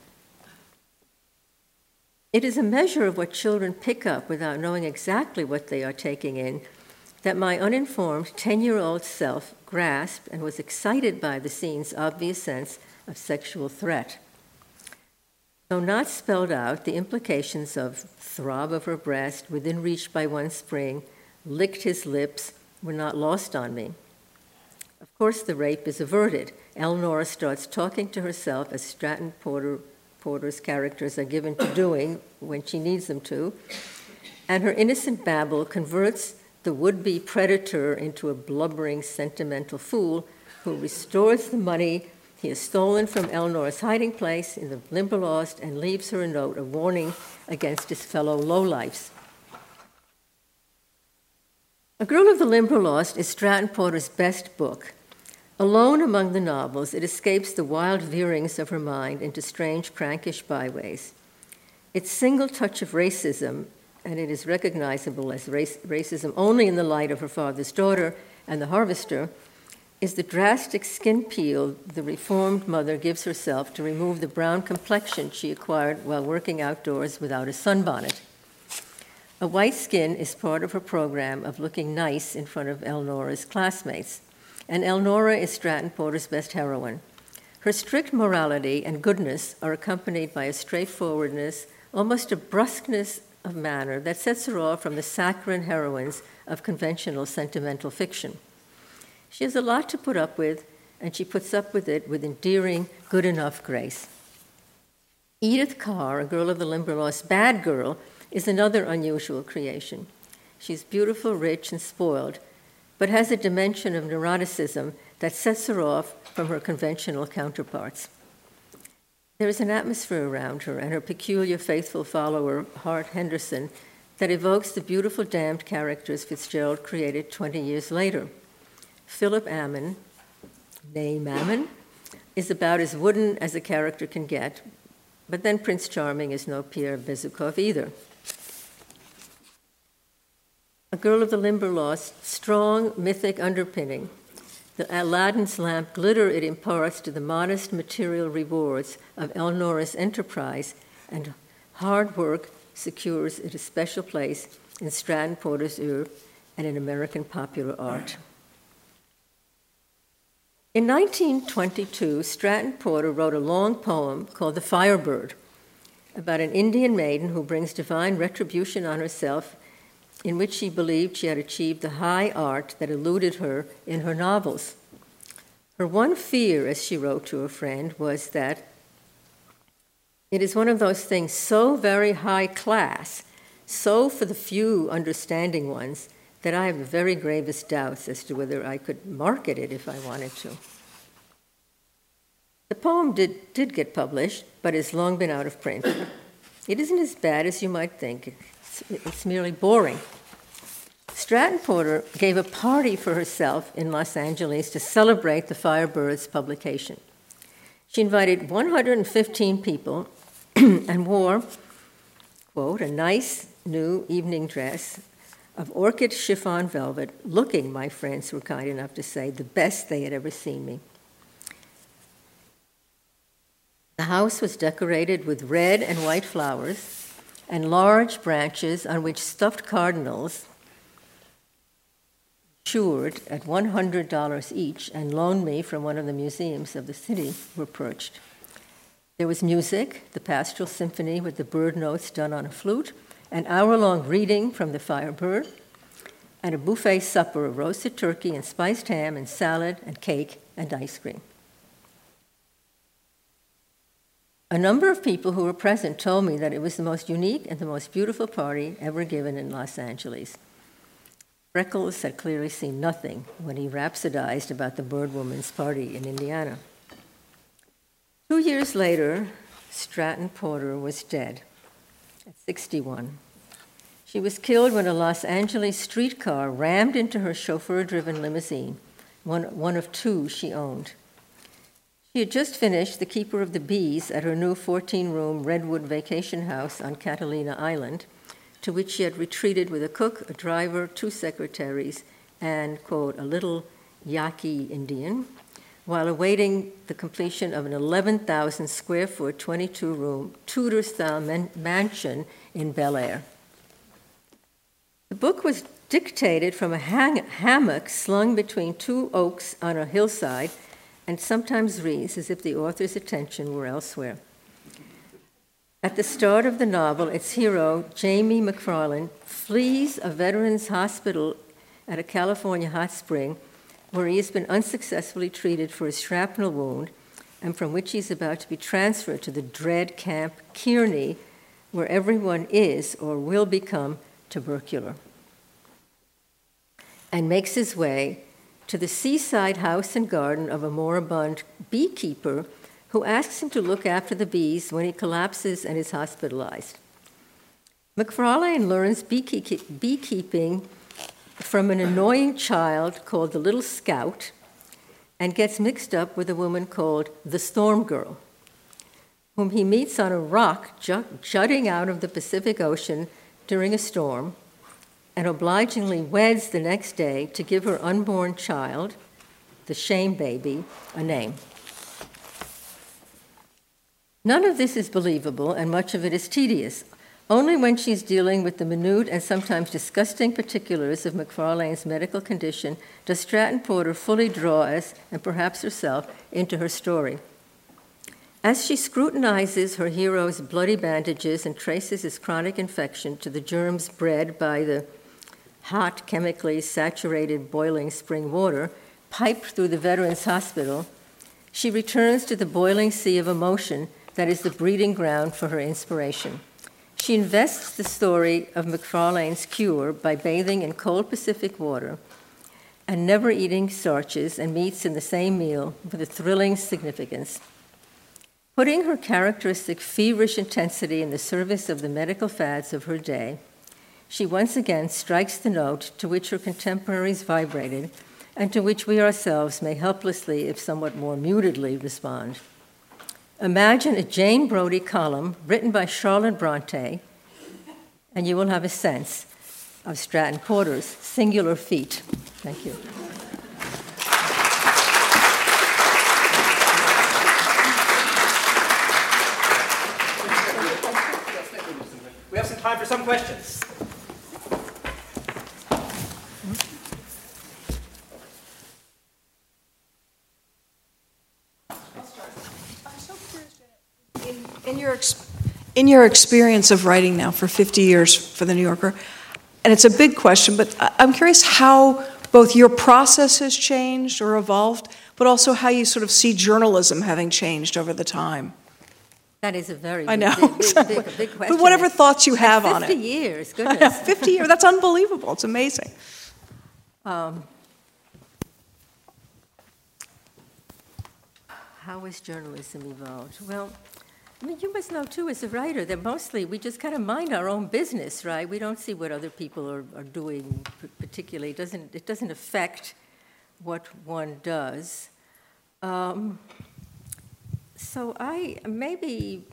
It is a measure of what children pick up without knowing exactly what they are taking in that my uninformed ten-year-old self grasped and was excited by the scene's obvious sense of sexual threat. Though not spelled out, the implications of throb of her breast, within reach by one spring, licked his lips, were not lost on me. Of course, the rape is averted. Elnora starts talking to herself as Stratton Porter, Porter's characters are given to doing when she needs them to, and her innocent babble converts the would-be predator into a blubbering, sentimental fool who restores the money he has stolen from Elnora's hiding place in the Limberlost and leaves her a note, a warning against his fellow lowlifes. A Girl of the Limberlost is Stratton Porter's best book. Alone among the novels, it escapes the wild veerings of her mind into strange, crankish byways. Its single touch of racism, and it is recognizable as race, racism only in the light of her father's daughter and the Harvester, is the drastic skin peel the reformed mother gives herself to remove the brown complexion she acquired while working outdoors without a sunbonnet. A white skin is part of her program of looking nice in front of Elnora's classmates, and Elnora is Stratton Porter's best heroine. Her strict morality and goodness are accompanied by a straightforwardness, almost a brusqueness of manner that sets her off from the saccharine heroines of conventional sentimental fiction. She has a lot to put up with, and she puts up with it with endearing, good-enough grace. Edith Carr, a girl of the Limberlost bad girl, is another unusual creation. She's beautiful, rich, and spoiled, but has a dimension of neuroticism that sets her off from her conventional counterparts. There is an atmosphere around her and her peculiar faithful follower, Hart Henderson, that evokes the beautiful damned characters Fitzgerald created twenty years later. Philip Ammon, nay Mammon, is about as wooden as a character can get, but then Prince Charming is no Pierre Bezukhov either. A Girl of the Limberlost, strong mythic underpinning, the Aladdin's lamp glitter it imparts to the modest material rewards of Elnora's enterprise, and hard work secures it a special place in Stratton Porter's oeuvre and in American popular art. In nineteen twenty-two, Stratton Porter wrote a long poem called The Firebird, about an Indian maiden who brings divine retribution on herself, in which she believed she had achieved the high art that eluded her in her novels. Her one fear, as she wrote to a friend, was that it is one of those things so very high class, so for the few understanding ones, that I have the very gravest doubts as to whether I could market it if I wanted to. The poem did, did get published, but has long been out of print. It isn't as bad as you might think. It's, it's merely boring. Stratton Porter gave a party for herself in Los Angeles to celebrate the Firebird's publication. She invited one hundred fifteen people and wore, quote, a nice new evening dress of orchid chiffon velvet, looking, my friends were kind enough to say, the best they had ever seen me. The house was decorated with red and white flowers and large branches on which stuffed cardinals, insured at one hundred dollars each and loaned me from one of the museums of the city, were perched. There was music, the pastoral symphony with the bird notes done on a flute, an hour-long reading from The Firebird, and a buffet supper of roasted turkey and spiced ham and salad and cake and ice cream. A number of people who were present told me that it was the most unique and the most beautiful party ever given in Los Angeles. Freckles had clearly seen nothing when he rhapsodized about the Bird Woman's party in Indiana. Two years later, Stratton Porter was dead at sixty-one. She was killed when a Los Angeles streetcar rammed into her chauffeur-driven limousine, one, one of two she owned. She had just finished The Keeper of the Bees at her new fourteen-room Redwood vacation house on Catalina Island, to which she had retreated with a cook, a driver, two secretaries, and, quote, a little Yaqui Indian, while awaiting the completion of an eleven thousand square foot, twenty-two room, Tudor-style man- mansion in Bel Air. The book was dictated from a hang- hammock slung between two oaks on a hillside, and sometimes reads as if the author's attention were elsewhere. At the start of the novel, its hero, Jamie McFarland, flees a veterans' hospital at a California hot spring where he has been unsuccessfully treated for a shrapnel wound and from which he's about to be transferred to the dread Camp Kearney, where everyone is or will become tubercular, and makes his way to the seaside house and garden of a moribund beekeeper who asks him to look after the bees when he collapses and is hospitalized. McFarlane learns beekeep- beekeeping from an annoying child called the Little Scout and gets mixed up with a woman called the Storm Girl, whom he meets on a rock ju- jutting out of the Pacific Ocean during a storm, and obligingly weds the next day to give her unborn child, the shame baby, a name. None of this is believable, and much of it is tedious. Only when she's dealing with the minute and sometimes disgusting particulars of Macfarlane's medical condition does Stratton Porter fully draw us, and perhaps herself, into her story. As she scrutinizes her hero's bloody bandages and traces his chronic infection to the germs bred by the hot, chemically saturated boiling spring water piped through the Veterans Hospital, she returns to the boiling sea of emotion that is the breeding ground for her inspiration. She invests the story of Macfarlane's cure by bathing in cold Pacific water and never eating starches and meats in the same meal with a thrilling significance. Putting her characteristic feverish intensity in the service of the medical fads of her day, she once again strikes the note to which her contemporaries vibrated and to which we ourselves may helplessly, if somewhat more mutedly, respond. Imagine a Jane Brodie column written by Charlotte Bronte, and you will have a sense of Stratton Porter's singular feat. Thank you.
We have some time for some questions.
In your, ex- in your experience of writing now for fifty years for The New Yorker, and it's a big question, but I'm curious how both your process has changed or evolved, but also how you sort of see journalism having changed over the time.
That is a very
I know,
big, big,
exactly.
big, big question.
But whatever thoughts you have on it.
fifty years, goodness.
fifty years, that's unbelievable. It's amazing.
Um, how has journalism evolved? Well, I mean, you must know, too, as a writer, that mostly we just kind of mind our own business, right? We don't see what other people are, are doing particularly. It doesn't, it doesn't affect what one does. Um, so I, maybe,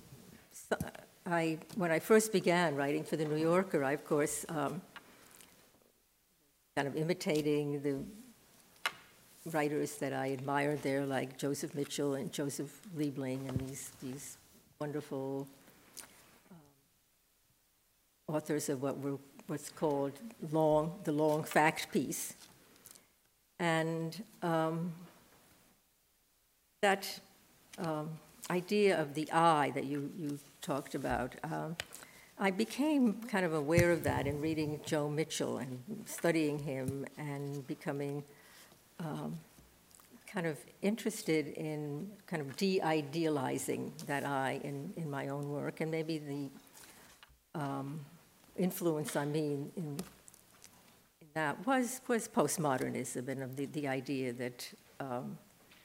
I, when I first began writing for The New Yorker, I, of course, um, kind of imitating the writers that I admired there, like Joseph Mitchell and Joseph Liebling and these, these wonderful um, authors of what were what's called long, the long fact piece. And um, that um, idea of the I that you, you talked about, um, I became kind of aware of that in reading Joe Mitchell and studying him and becoming um, kind of interested in kind of de-idealizing that I in, in my own work, and maybe the um, influence on me in, in, in that was was postmodernism and of the, the idea that um,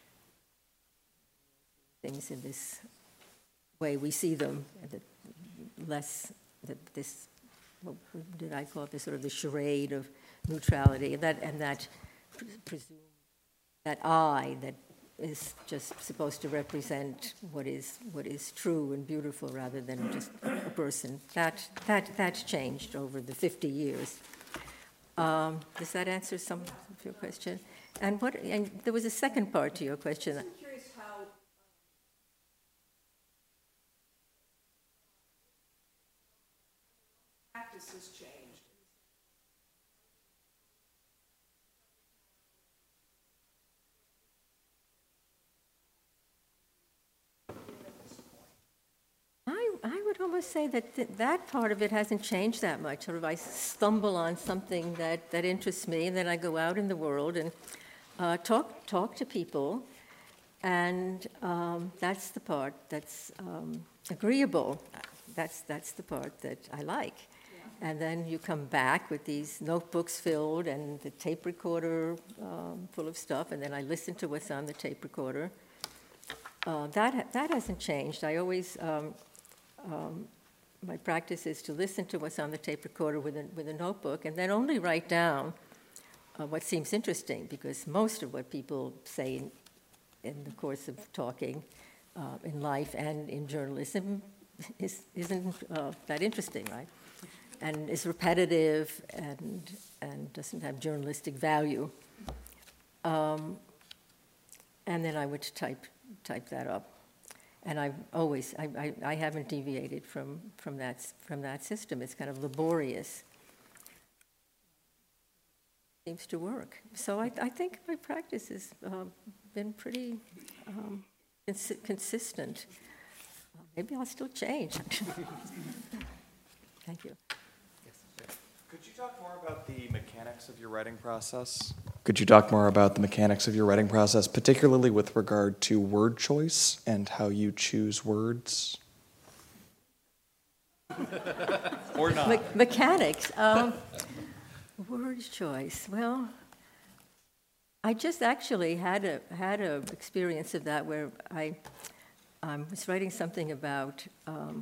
things in this way we see them, that less that this what did I call it, this sort of the charade of neutrality, and that and that pre- presume. That I that is just supposed to represent what is what is true and beautiful rather than just a person. That that that's changed over the fifty years. Um, does that answer some of your question? And what? And there was a second part to your question.
I'm curious how practice has changed.
I, I would almost say that th- that part of it hasn't changed that much. Sort of I stumble on something that, that interests me, and then I go out in the world and uh, talk talk to people, and um, that's the part that's um, agreeable. That's that's the part that I like. Yeah. And then you come back with these notebooks filled and the tape recorder um, full of stuff, and then I listen to what's on the tape recorder. Uh, that that hasn't changed. I always. Um, Um, my practice is to listen to what's on the tape recorder with a, with a notebook and then only write down uh, what seems interesting, because most of what people say in, in the course of talking uh, in life and in journalism is, isn't uh, that interesting, right? And is repetitive and, and doesn't have journalistic value. Um, and then I would type type that up. And I've always, I, I, I haven't deviated from, from, that, from that system. It's kind of laborious. Seems to work. So I, I think my practice has uh, been pretty um, cons consistent. Uh, maybe I'll still change. Thank you.
Could you talk more about the mechanics of your writing process? Could you talk more about the mechanics of your writing process, particularly with regard to word choice and how you choose words? Or not?
Me mechanics. Um, word choice. Well, I just actually had a had a experience of that where I um, was writing something about um,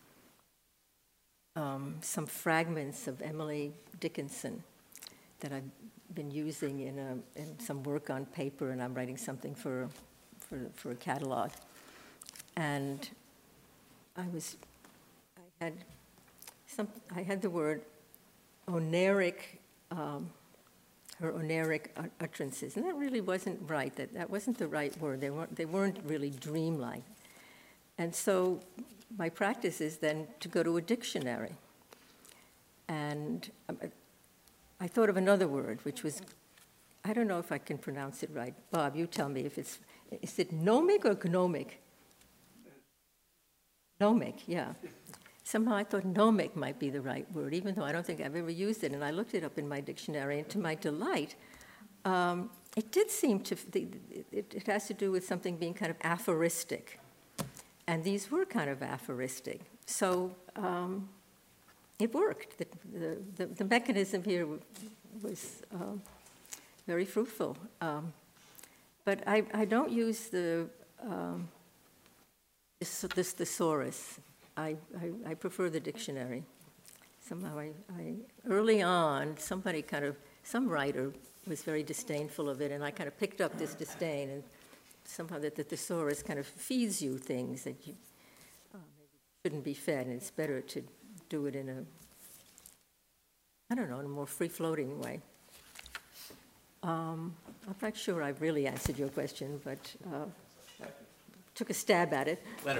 um, some fragments of Emily Dickinson that I've been using in, a, in some work on paper, and I'm writing something for, for, for a catalog. And I was, I had some, I had the word oneric, um, her oneric utterances, and that really wasn't right. That that wasn't the right word. They weren't. They weren't really dreamlike. And so, my practice is then to go to a dictionary. And I thought of another word, which was, I don't know if I can pronounce it right. Bob, you tell me if it's, is it gnomic or gnomic? Gnomic, yeah. Somehow I thought gnomic might be the right word, even though I don't think I've ever used it. And I looked it up in my dictionary, and to my delight, um, it did seem to, it, it has to do with something being kind of aphoristic. And these were kind of aphoristic. So um, it worked. The, the, the, the mechanism here was uh, very fruitful. Um, but I, I don't use the, um, this, this thesaurus. I, I, I prefer the dictionary. Somehow I, I, early on, somebody kind of, some writer was very disdainful of it, and I kind of picked up this disdain, and somehow that the thesaurus kind of feeds you things that you uh, maybe shouldn't be fed, and it's better to do it in a, I don't know, in a more free-floating way. Um, I'm not sure I've really answered your question, but uh, took a stab at it.
Leonard.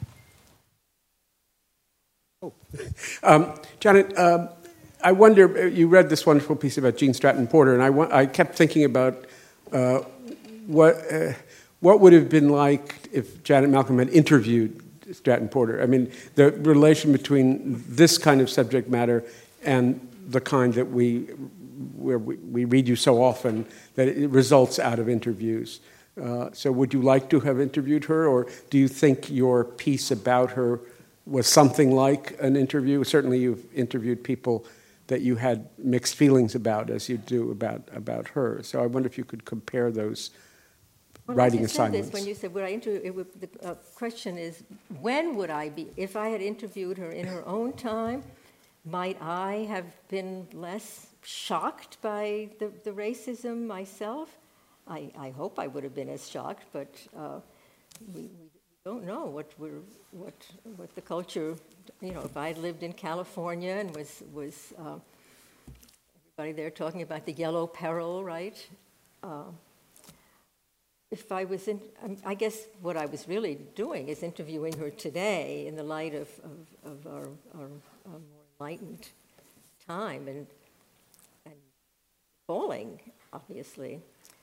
Oh. um, Janet, um, I wonder, you read this wonderful piece about Gene Stratton Porter, and I, wa I kept thinking about uh, what, uh, what would have been like if Janet Malcolm had interviewed Stratton Porter. I mean, the relation between this kind of subject matter and the kind that we, where we, we read you so often, that it results out of interviews. Uh, so would you like to have interviewed her, or do you think your piece about her was something like an interview? Certainly you've interviewed people that you had mixed feelings about, as you do about, about her. So I wonder if you could compare those
well,
writing
you
assignments.
Said this when you said, would I interview, it would, the uh, question is, when would I be, if I had interviewed her in her own time, might I have been less shocked by the, the racism myself? I, I hope I would have been as shocked, but uh, we, we don't know what we're, what, what the culture, you know, if I had lived in California and was, was uh, everybody there talking about the yellow peril, right? Uh, if I was in, I guess what I was really doing is interviewing her today in the light of, of, of our, our, our more enlightened time and, and falling, obviously.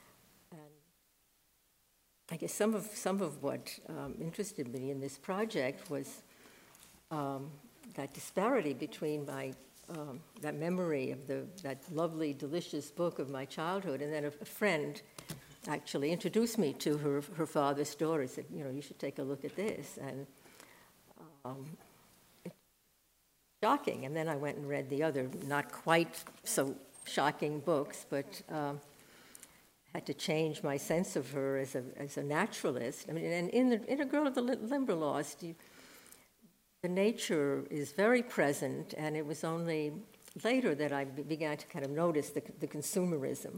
I guess some of some of what um, interested me in this project was um, that disparity between my um, that memory of the that lovely, delicious book of my childhood, and then a, a friend actually introduced me to her her father's story. Said, you know, you should take a look at this, and um, it's shocking. And then I went and read the other, not quite so shocking books, but. Um, had to change my sense of her as a as a naturalist. I mean, and in the, in A Girl of the Limberlost, you, the nature is very present, and it was only later that I began to kind of notice the, the consumerism.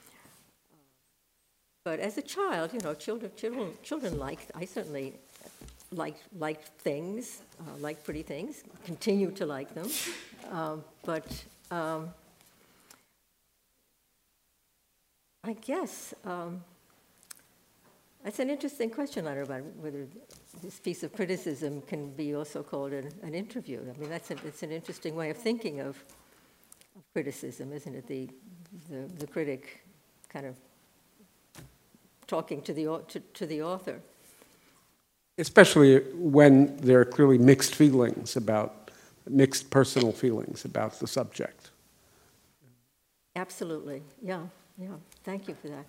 But as a child, you know, children children children like I certainly liked liked things, uh, liked pretty things, continue to like them, uh, but. Um, I guess um, That's an interesting question, Leonard, about whether this piece of criticism can be also called an, an interview. I mean, that's a, it's an interesting way of thinking of, of criticism, isn't it? The, the, the critic kind of talking to the, to, to the author.
Especially when there are clearly mixed feelings about, mixed personal feelings about the subject.
Absolutely, yeah, yeah. Thank you for that.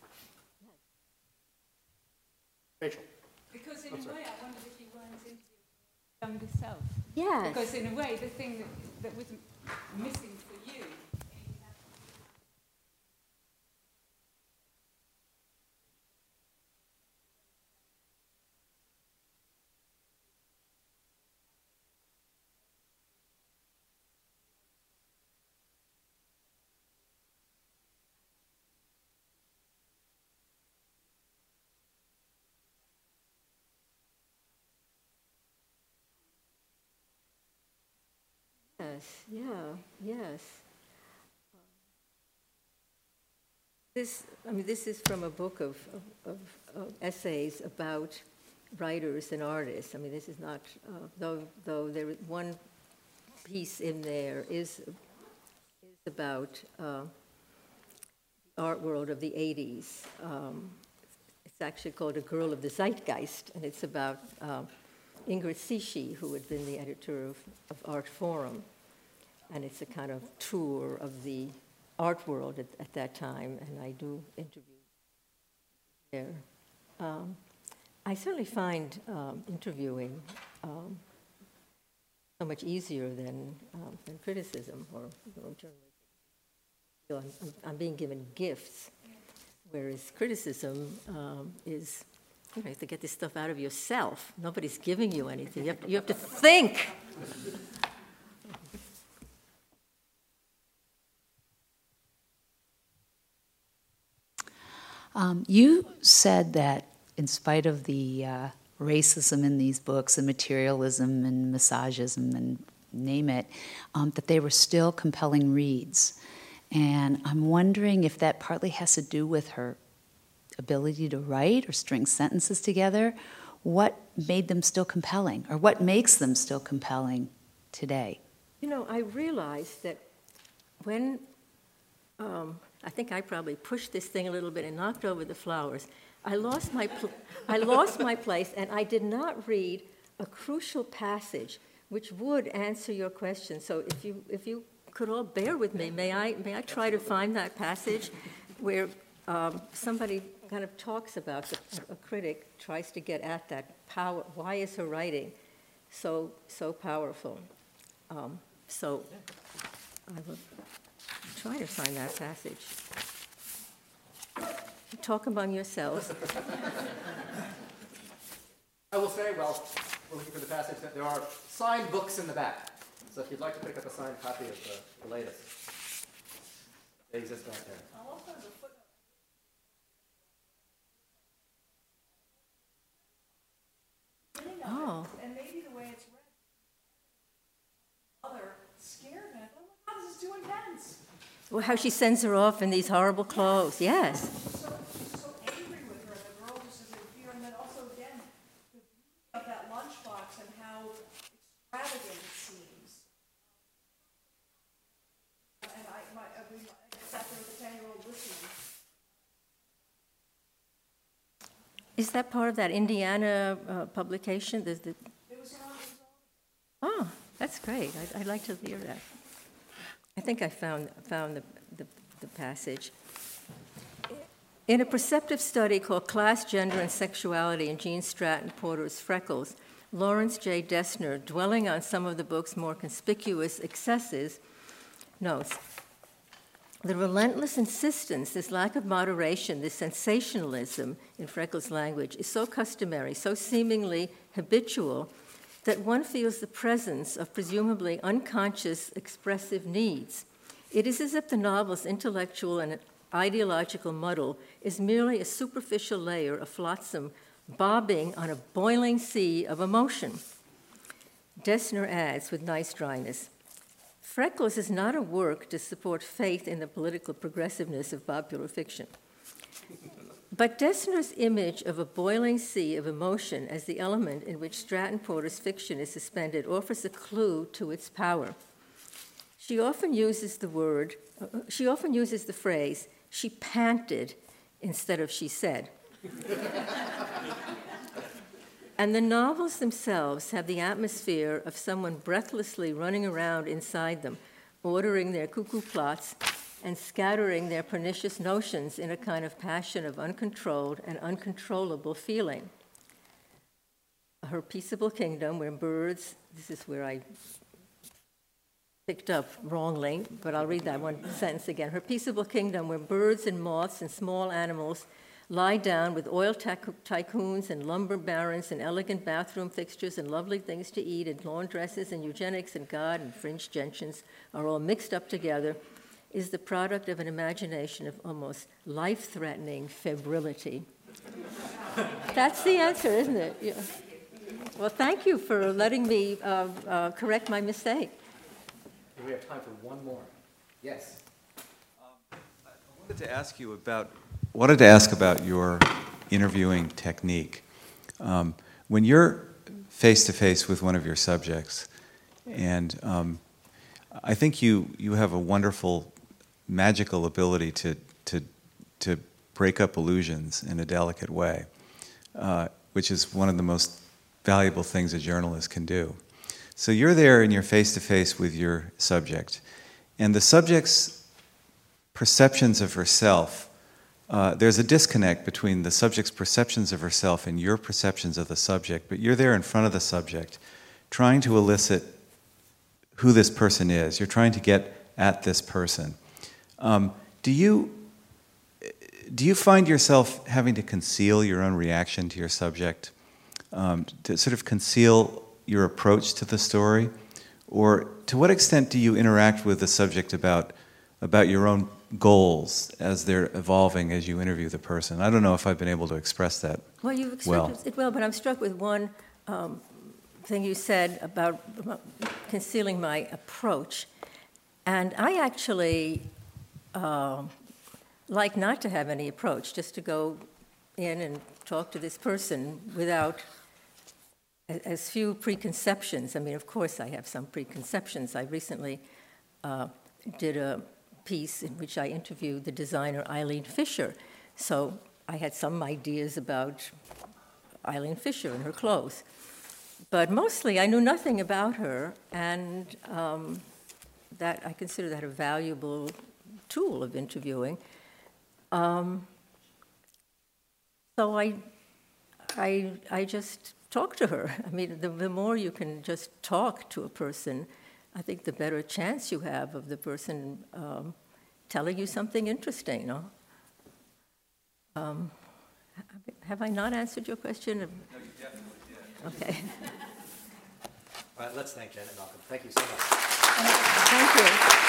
Rachel.
Because in a way, I wondered if you weren't interviewing your younger self.
Yes.
Because in a way, the thing that, that was missing for you.
Yes, yeah, yes. This, I mean, this is from a book of, of, of, of essays about writers and artists. I mean, this is not, uh, though, though there is one piece in there is, is about uh, the art world of the eighties. Um, it's actually called A Girl of the Zeitgeist, and it's about uh, Ingrid Cichy, who had been the editor of, of Art Forum. And it's a kind of tour of the art world at, at that time, and I do interview there. Um, I certainly find um, interviewing um, so much easier than, um, than criticism or, or journalism. So I'm, I'm, I'm being given gifts, whereas criticism um, is, you know, you have to get this stuff out of yourself. Nobody's giving you anything. You have to, you have to think.
Um, you said that in spite of the uh, racism in these books and materialism and massagism and name it, um, that they were still compelling reads. And I'm wondering if that partly has to do with her ability to write or string sentences together. What made them still compelling, or what makes them still compelling today?
You know, I realized that when um, I think I probably pushed this thing a little bit and knocked over the flowers. I lost my, pl- I lost my place, and I did not read a crucial passage which would answer your question. So if you if you could all bear with me, may I may I try to find that passage where um, somebody kind of talks about the, a critic tries to get at that power. Why is her writing so so powerful? Um, so I will try to find that passage. Talk among yourselves.
I will say, well, we're looking for the passage, that there are signed books in the back. So if you'd like to pick up a signed copy of the, the latest, they exist out there.
Oh.
And maybe the way it's read, mother scared me. I thought, oh my God, this is too intense.
Well, how she sends her off in these horrible clothes. Yes.
So, she's so angry with her, the girl just is in fear, and then also again, the beauty of that lunchbox and how extravagant it seems. And I, my, I, mean, I sat there with a ten-year-old listening.
Is that part of that Indiana uh, publication? The, the...
It was on.
Oh, that's great. I'd, I'd like to hear that. I think I found found the, the, the passage. In a perceptive study called Class, Gender, and Sexuality in Gene Stratton Porter's Freckles, Lawrence J. Dessner, dwelling on some of the book's more conspicuous excesses, notes, the relentless insistence, this lack of moderation, this sensationalism in Freckles' language is so customary, so seemingly habitual, that one feels the presence of presumably unconscious expressive needs. It is as if the novel's intellectual and ideological muddle is merely a superficial layer of flotsam bobbing on a boiling sea of emotion. Dessner adds with nice dryness, Freckles is not a work to support faith in the political progressiveness of popular fiction. But Dessner's image of a boiling sea of emotion as the element in which Stratton Porter's fiction is suspended offers a clue to its power. She often uses the word, uh, she often uses the phrase, she panted instead of she said. And the novels themselves have the atmosphere of someone breathlessly running around inside them, ordering their cuckoo plots and scattering their pernicious notions in a kind of passion of uncontrolled and uncontrollable feeling. Her Peaceable Kingdom, where birds, this is where I picked up wrongly, but I'll read that one sentence again. Her Peaceable Kingdom, where birds and moths and small animals lie down with oil tycoons and lumber barons and elegant bathroom fixtures and lovely things to eat and laundresses and eugenics and God and fringe gentians are all mixed up together, is the product of an imagination of almost life-threatening febrility. That's the answer, isn't it? Yeah. Well, thank you for letting me uh, uh, correct my mistake.
We have time for one more. Yes.
Um, I wanted to ask you about wanted to ask about your interviewing technique. Um, when you're face-to-face with one of your subjects, and um, I think you, you have a wonderful, magical ability to, to, to break up illusions in a delicate way, uh, which is one of the most valuable things a journalist can do. So you're there and you're face-to-face with your subject, and the subject's perceptions of herself, Uh, there's a disconnect between the subject's perceptions of herself and your perceptions of the subject, but you're there in front of the subject trying to elicit who this person is. You're trying to get at this person. Um, do you, do you find yourself having to conceal your own reaction to your subject, um, to sort of conceal your approach to the story? Or to what extent do you interact with the subject about, about your own goals as they're evolving as you interview the person? I don't know if I've been able to express that
well. You've expressed
well.
it well, but I'm struck with one um, thing you said about concealing my approach. And I actually uh, like not to have any approach, just to go in and talk to this person without as few preconceptions. I mean, of course, I have some preconceptions. I recently uh, did a piece in which I interviewed the designer Eileen Fisher. So I had some ideas about Eileen Fisher and her clothes. But mostly I knew nothing about her, and um, that I consider that a valuable tool of interviewing. Um, so I, I, I just talked to her. I mean, the, the more you can just talk to a person, I think the better chance you have of the person um, telling you something interesting, no? Um, have I not answered your question?
No, you definitely did.
Okay.
All right, let's thank Janet Malcolm. Thank you so much.
Thank you.